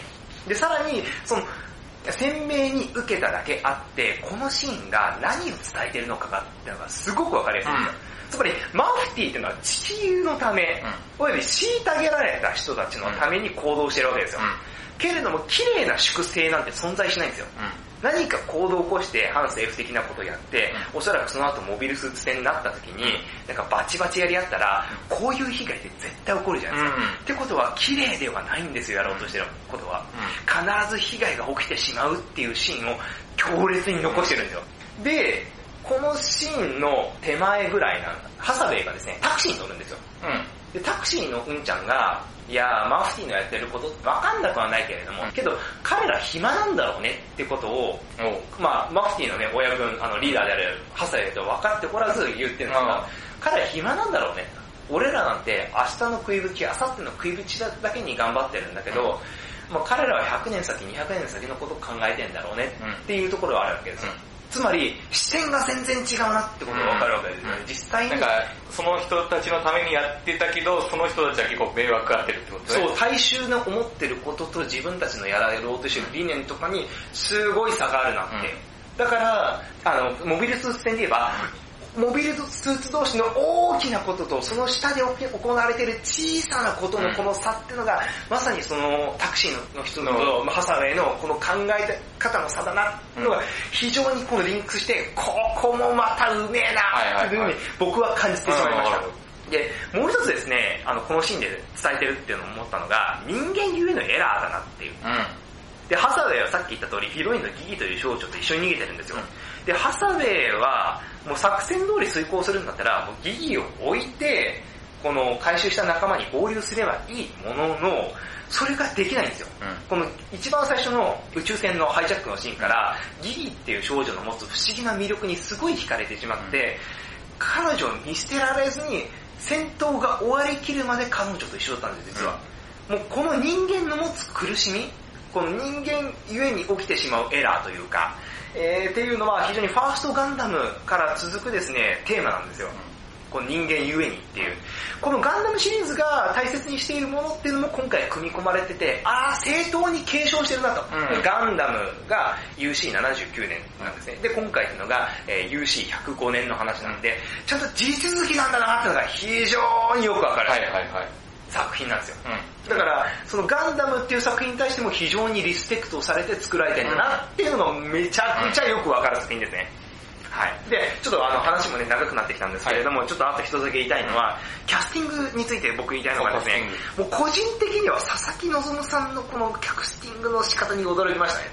でさらにその鮮明に受けただけあって、このシーンが何を伝えているのかがっていうのがすごくわかりやすいんですよ。うん、つまり、マフティーっていうのは地球のため、うん、および虐げられた人たちのために行動してるわけですよ。うん、けれども、綺麗な粛清なんて存在しないんですよ。うん何か行動を起こして反政府的なことをやって、うん、おそらくその後モビルスーツ戦になった時に、なんかバチバチやり合ったら、こういう被害って絶対起こるじゃないですか。うん、ってことは、綺麗ではないんですよ、やろうとしてることは。うん、必ず被害が起きてしまうっていうシーンを強烈に残してるんですよ。で、このシーンの手前ぐらいな、ハサウェイがですね、タクシーに乗るんですよ。うん、で、タクシーのうんちゃんが、いやー、マフティーのやってることって分かんなくはないけれども、けど彼ら暇なんだろうねってことを、まあマフティーのね、親分、あのリーダーであるハサウェイと分かってこらず言ってるんですが、彼ら暇なんだろうね。俺らなんて明日の食いぶち、明後日の食いぶちだけに頑張ってるんだけど、まあ、彼らはひゃくねん先、にひゃくねん先のことを考えてんだろうねっていうところがあるわけですよ。つまり、視点が全然違うなってことがわかるわけですよね。うん、実際に。 なんか、その人たちのためにやってたけど、その人たちは結構迷惑がってるってことね。 そう、大衆の思ってることと自分たちのやろうとしてる理念とかに、すごい差があるなって。うん、だから、あの、モビルスーツ戦で言えば、モビルスーツ同士の大きなことと、その下で行われている小さなことのこの差っていうのが、まさにそのタクシーの人の、うん、ハサウェイのこの考え方の差だなっていうのが非常にこのリンクして、ここもまたうめえなっていうふうに僕は感じてしまいました。で、もう一つですね、あの、このシーンで伝えてるっていうのを思ったのが、人間ゆえのエラーだなっていう。うんで、ハサウェイはさっき言った通り、ヒロインのギギという少女と一緒に逃げてるんですよ。で、ハサウェイは、もう作戦通り遂行するんだったら、もうギギを置いて、この回収した仲間に合流すればいいものの、それができないんですよ。うん、この一番最初の宇宙船のハイジャックのシーンから、ギギっていう少女の持つ不思議な魅力にすごい惹かれてしまって、うん、彼女を見捨てられずに、戦闘が終わりきるまで彼女と一緒だったんです、実は。うん、もうこの人間の持つ苦しみ、この人間ゆえに起きてしまうエラーというか、えー、っていうのは非常にファーストガンダムから続くですね、テーマなんですよ。この人間ゆえにっていう。このガンダムシリーズが大切にしているものっていうのも今回組み込まれてて、あー、正当に継承してるなと。うん、ガンダムが ユーシーななじゅうきゅうねんなんですね。で、今回っていうのが、えー、ユーシーひゃくごねんの話なんで、ちゃんと地続きなんだなっていうのが非常によくわかる。はいはいはい。作品なんですよ。うん、だから、そのガンダムっていう作品に対しても非常にリスペクトされて作られてるんだなっていうのがめちゃくちゃよくわかる作品ですね。はい。で、ちょっとあの話もね、長くなってきたんですけれども、はい、ちょっとあと一つだけ言いたいのは、キャスティングについて僕言いたいのがですね、もう個人的には佐々木希さんのこのキャスティングの仕方に驚きましたね。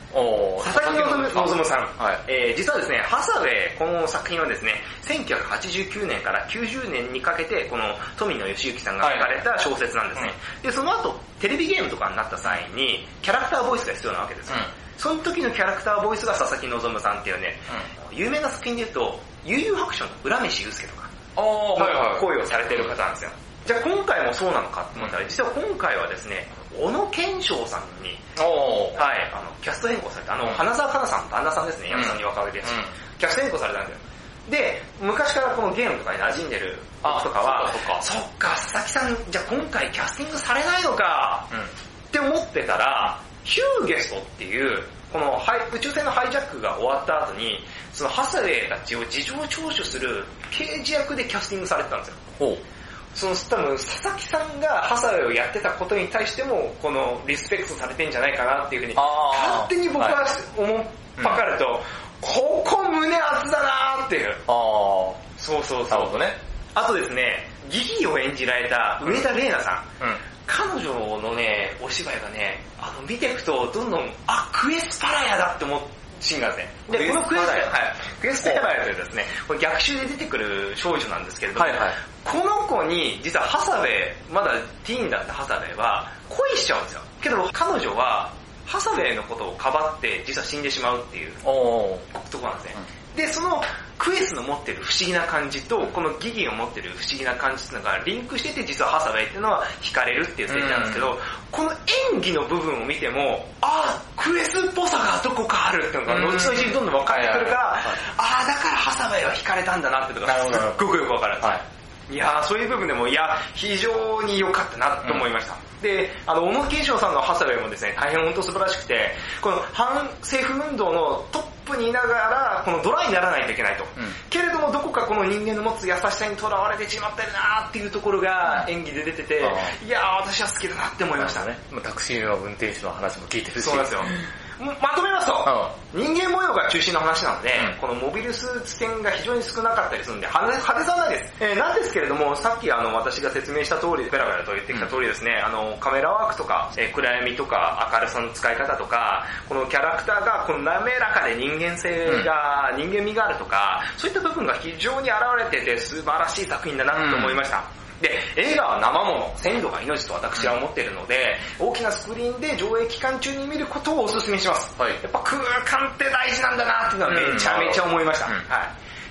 お佐々木希さん、はい、えー、実はですね、ハサウェイ、この作品はですね、せんきゅうひゃくはちじゅうきゅうねんからきゅうじゅうねんにかけて、この富野義行さんが書かれた小説なんですね。はい、で、その後、テレビゲームとかになった際に、キャラクターボイスが必要なわけですよ。うん、その時のキャラクターボイスが佐々木希さんっていうね、うん、有名な作品で言うと、悠々白書の浦飯祐介とか、声をされてる方なんですよ。じゃあ今回もそうなのかって思ったら、実は今回はですね、小野賢章さんに、はい、あの、キャスト変更された、あの、花澤香菜さんの旦那さんですね、山さんに若上げて、キャスト変更されたんですよ。で、昔からこのゲームとかに馴染んでる僕とかは、そっか、佐々木さん、じゃあ今回キャスティングされないのか、って思ってたら、ヒューゲストっていう、この宇宙船のハイジャックが終わった後に、そのハサウェイたちを事情聴取する刑事役でキャスティングされてたんですよ。ほう。その多分佐々木さんがハサウェイをやってたことに対してもこのリスペクトされてんじゃないかなっていうふうに勝手に僕は思っぱかると、はい、うん、ここ胸熱だなーっていう。ああ、そうそうそう。なるほどね。あとですね、ギギを演じられた上田玲奈さん。うん、彼女のね、お芝居がね、あの見ていくとどんどん、あ、クエスパラヤだって思って、シーンがですね。で、このクエスパラヤ、はい、クエスパラヤというですね、これ逆襲で出てくる少女なんですけれども、はいはい、この子に実はハサウェイ、まだティーンだったハサウェイは恋しちゃうんですよ。けど彼女はハサウェイのことをかばって実は死んでしまうっていうところなんですね。うん、で、そのクエスの持ってる不思議な感じと、このギギを持ってる不思議な感じっていうのがリンクしてて、実はハサウェイっていうのは惹かれるっていう設定なんですけど、この演技の部分を見ても、あー、クエスっぽさがどこかあるっていうのが、後々にどんどん分かってくるから、あー、だからハサウェイは惹かれたんだなっていうのが、すっごくよく分かるんです。はい、いやー、そういう部分でも、いや、非常に良かったなと思いました。うん、で、あの、小野賢章さんのハサウェイもですね、大変本当素晴らしくて、この反政府運動のトップにいながら、このドライにならないといけないと。うん、けれども、どこかこの人間の持つ優しさにとらわれてしまってるなーっていうところが演技で出てて、うん、いやー、私は好きだなって思いましたね。 タクシーの運転手の話も聞いてるし。 そうなんですよ。まとめますと、うん、人間模様が中心の話なので、うん、このモビルスーツ戦が非常に少なかったりするんで、派手さはないです。えー、なんですけれども、さっきあの私が説明した通り、ペラペラと言ってきた通りですね、うん、あのカメラワークとか、えー、暗闇とか明るさの使い方とか、このキャラクターがこの滑らかで人間性が、うん、人間味があるとか、そういった部分が非常に現れてて素晴らしい作品だなと思いました。うん、で、映画は生もの、鮮度が命と私は思っているので、大きなスクリーンで上映期間中に見ることをお勧めします。はい、やっぱ空間って大事なんだなっていうのはめちゃめちゃ思いました。うん、はい。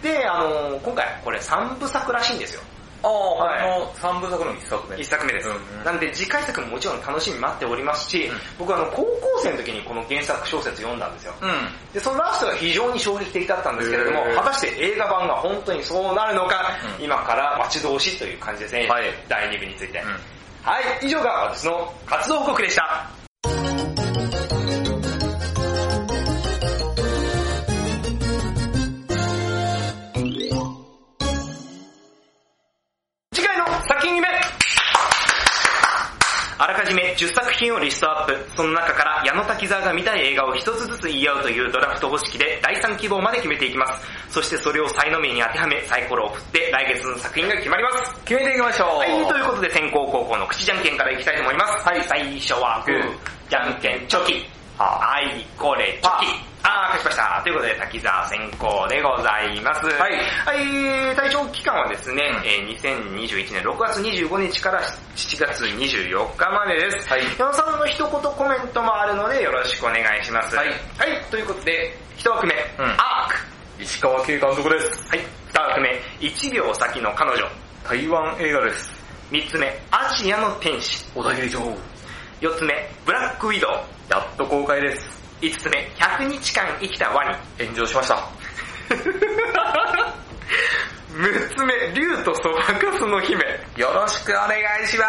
で、あのー、今回これさんぶさくらしいんですよ。 ああ、はい、もうさんぶさくのいっさくめ。 いっさくめです。うんうん、なんで次回作ももちろん楽しみに待っておりますし、うん、僕はあの高校生の時にこの原作小説読んだんですよ。うん、で、そのラストが非常に衝撃的だったんですけれども、果たして映画版が本当にそうなるのか、うん、今から待ち遠しいという感じですね。はい、だいにぶについて。うん、はい、以上が私の活動報告でした。あらかじめじゅっさくひんをリストアップ。その中から矢野滝沢が見たい映画を一つずつ言い合うというドラフト方式でだいさん希望まで決めていきます。そしてそれをサイの目に当てはめサイコロを振って来月の作品が決まります。 決めていきましょう。 はい、ということで先攻後攻の口じゃんけんからいきたいと思います。はい、最初はグー、じゃんけんチョキ。はい、これチョキ。あー、勝ちました。ということで、滝沢先行でございます。はい。はい、対象期間はですね、うん、えー、にせんにじゅういちねんろくがつにじゅうごにちからしちがつにじゅうよっかまでです。はい。矢野さんの一言コメントもあるのでよろしくお願いします。はい。はい、ということで、一枠目、うん、アーク。石川慶監督です。 はい。二枠目、一秒先の彼女。 台湾映画です。 三つ目、アジアの天使。 小田切女王。 四つ目、ブラックウィドウ。 やっと公開です。 五つ目、ひゃくにちかん生きたワニ。 炎上しました。 六つ目、竜とそばかすの姫。 よろしくお願いします。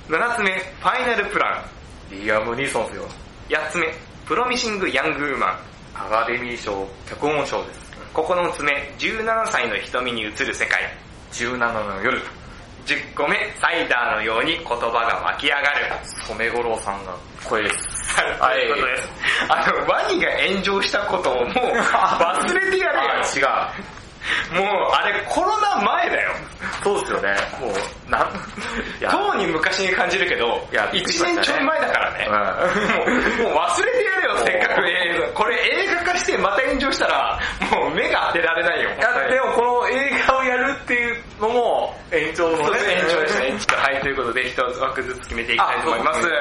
七つ目、ファイナルプラン。リアム・ニーソンですよ。 八つ目、プロミシング・ヤング・ウーマン。 アカデミー賞、脚本賞です。 九つ目、じゅうななさいの瞳に映る世界。 じゅうななの夜。 十個目、サイダーのように言葉が湧き上がる。 染五郎さんが声です。 はい、ということです。あの、ワニが炎上したことをもう忘れてやれよ。 違う。もう、あれコロナ前だよ。 そうですよね。もう、なん、 とうに昔に感じるけど、いや、いちねんちょい前だからね。うん、もう、もう忘れてやるよ、せっかく映画。これ映画化してまた炎上したら、もう目が当てられないよ。 いや、でもこの映画をやるっていうのも延長のね。 延長でしたね。はい、ということで一枠ずつ決めていきたいと思います。はい、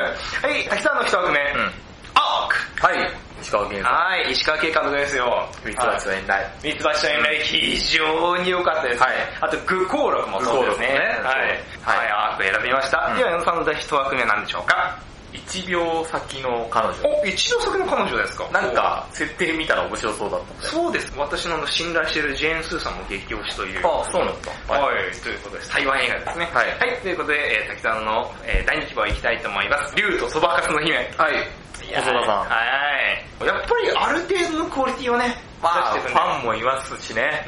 滝さんの一枠目。うん、アーク。 はい。石川県さん。 はい、石川県監督ですよ。 ミツバチと遠雷。 ミツバチと遠雷、非常に良かったです。はい。あと、愚行録もそうですね。はい。はい、アーク選びました。では、矢野さんの一枠目は何でしょうか？ 一秒先の彼女。 お、一秒先の彼女ですか？ なんか、設定見たら面白そうだったので。 そうです。私の信頼しているジェーン・スーさんも激推しという。 あ、そうなんだ。 はい。ということです。台湾映画ですね。はい。はい。ということで、えー、滝さんの、えー、第二希望行きたいと思います。竜とそばかすの姫。 はい。細田さん。 はい。やっぱりある程度のクオリティをね、 まあ、ファンもいますしね。 うん、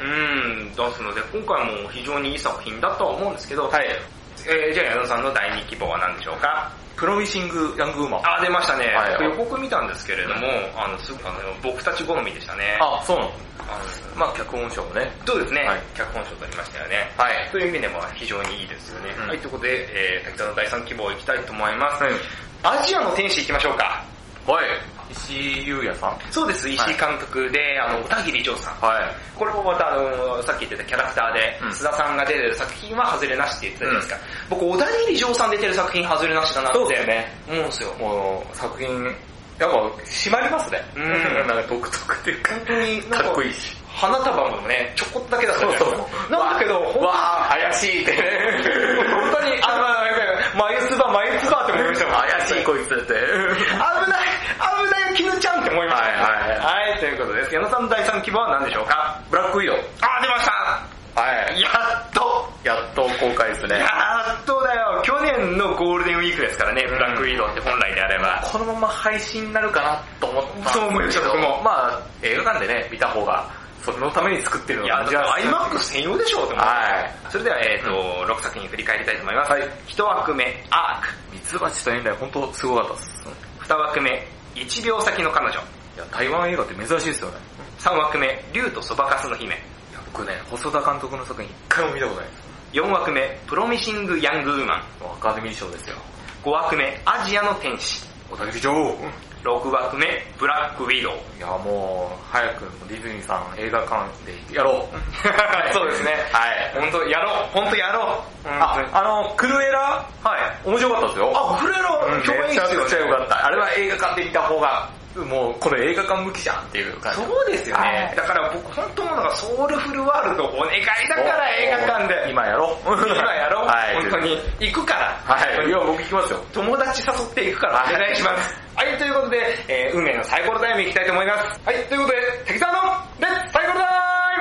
出すので、今回も非常にいい作品だとは思うんですけど、はい。えー、じゃあ矢野さんの第二希望は何でしょうか？ プロミシングヤングウーマン。 あ、出ましたね。はい、予告見たんですけれども、うん、あの、すごくあの、僕たち好みでしたね。 あ、そうなの？まあ、脚本賞もね。 そうですね。はい、脚本賞取りましたよね。はい。という意味でも非常にいいですよね。うん、はい、ということで、えー、滝沢のだいさん希望いきたいと思います。うん、アジアの天使行きましょうか。 はい。石井優也さん？ そうです、石井監督で、あの、小田切丈さん。はい。これもまた、あの、さっき言ってたキャラクターで、須田さんが出てる作品は外れなしって言ってたじゃないですか。僕、小田切丈さん出てる作品外れなしだなって。 そうですね。 思うんですよ。 もう、作品、やっぱ、締まりますね。うん。なんか独特っていうか、本当に、かっこいいし。 花束もね、ちょこっとだけだったじゃないですか。なんだけど、 わー、怪しいってね。 本当に、あの、眉唾、眉唾って思いましたもん。 怪しいこいつって。危ない、 危ない、絹ちゃんって思いました。はいはい。はい、ということです。矢野さんのだいさん希望は何でしょうか？ ブラックウィドウ。 あ、出ました。はい。やっとやっと公開ですね。 やっとだよ。去年のゴールデンウィークですからね、ブラックウィドウって本来であれば。 このまま配信になるかなと思った。 そう思いました、僕も。 まあ、映画館でね、見た方が、それのために作ってるのが。いや、アイマックス 専用でしょうって思って。はい。それでは、えっと、ろくさく品振り返りたいと思います。はい。いち枠目、アーク。 ミツバチと遠雷、本当すごかったです。 に枠目、いちびょう先の彼女。いや、台湾映画って珍しいですよね。 さん枠目、竜とそばかすの姫。いや、僕ね、細田監督の作品一回も見たことないです。 よん枠目、プロミシングヤングウーマン。 アカデミー賞ですよ。 ご枠目、アジアの天使。 小田切丈。 ろく枠目、ブラックウィドウ。 いや、もう、早くディズニーさん映画館でやろう。そうですね。はい。本当やろう。本当やろう。 あ、あの、クルエラ、はい。面白かったですよ。 あ、クルエラ、 共演してめちゃくちゃ良かった。あれは映画館で見た方が、もうこれ映画館向きじゃんっていう感じ。 そうですよね。だから僕本当のソウルフルワールドお願いだから映画館で。 今やろう。 今やろう。はい。本当に。行くから。 はい。いや、僕行きますよ。 友達誘って行くからお願いします。はい、ということで、えー、運命のサイコロタイム行きたいと思います。はい、ということで、滝沢のレッツサイコロタイ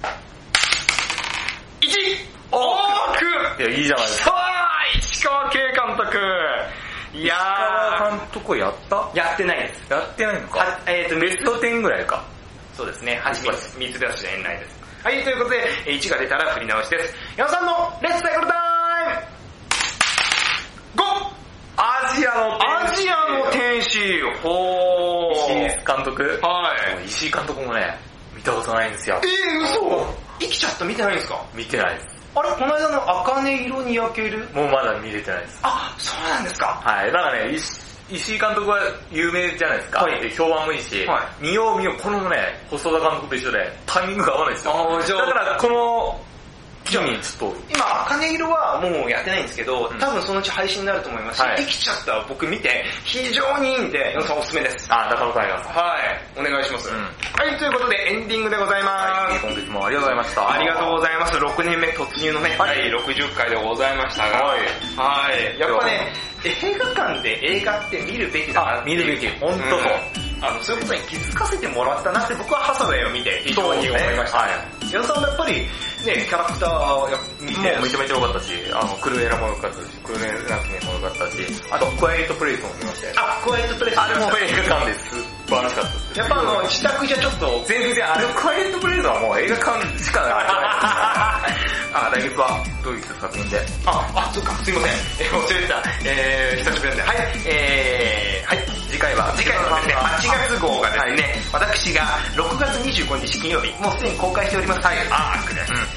ム !いち! オーク。 いや、いいじゃないですか。 石川圭監督。いやー。石川監督やったやってないです。 やってないのか。 えっと、 ベストじゅうぐらいか。 そうですね、はちみつ拍子で縁ないです。はい、ということで、いちが出たら振り直しです。矢野さんのレッツサイコロタイム !ご! アジアの天使。アジアの天使。ほー。 石井監督。 はい。 石井監督もね、見たことないんですよ。 えー、嘘生きちゃった見てないんですか？ 見てないです。 あれこの間の茜色に焼けるもうまだ見れてないです。 あ、そうなんですか。 はい。だからね、石井監督は有名じゃないですか。はい。評判もいいし、はい、見よう見よう、このね、細田監督と一緒でタイミングが合わないですよ。あ、じゃあだからこの、 じゃあ、ちょっと今、茜色はもうやってないんですけど、多分そのうち配信になると思いますし、はい、生きちゃった僕見て、非常にいいんで、矢野さんおすすめです。 あ、だからわかります。 はい、お願いします、うん。はい、ということでエンディングでございます。はい、 本日もありがとうございました。 ありがとうございます。ろくねんめ突入のね、はい、第ろくじゅっかいでございましたが、はい。はい。やっぱね、映画館で映画って見るべきだな。 見るべき。本当そう。 あの、そういうことに気づかせてもらったなって僕はハサウェイを見て非常に思いました。はい。矢野さんもやっぱりね、キャラクター見て。 もうめちゃめちゃ良かったし、あの、クルエラも良かったし、クルエラスメも良かったし、あと、クワイエットプレイスも見ましたよ。 あ、クワイエットプレイス。 あれも映画館です素晴らしかったです。 やっぱあの、自宅じゃちょっと、 全然、あれクワイエットプレイスはもう映画館しかない。あ、来月はどういう作品で。 あ、あ、そっか、すいません。え、忘れてた。えー、久しぶりなんで。はい、えー、はい、次回は、次回のですね、はちがつ号がですね、はい、私がろくがつにじゅうごにち金曜日、もうすでに公開しております。はい、アークです。うん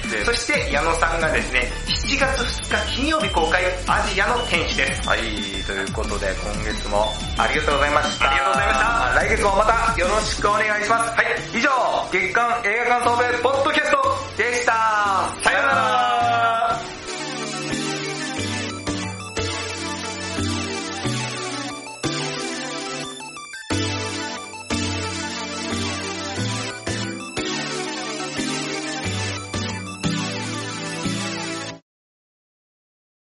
そして矢野さんがですね、しちがつふつか金曜日公開、アジアの天使です。 はい、ということで今月もありがとうございました。 ありがとうございました。 来月もまたよろしくお願いします。はい、以上、月刊映画感想部ポッドキャストでした。 さよなら。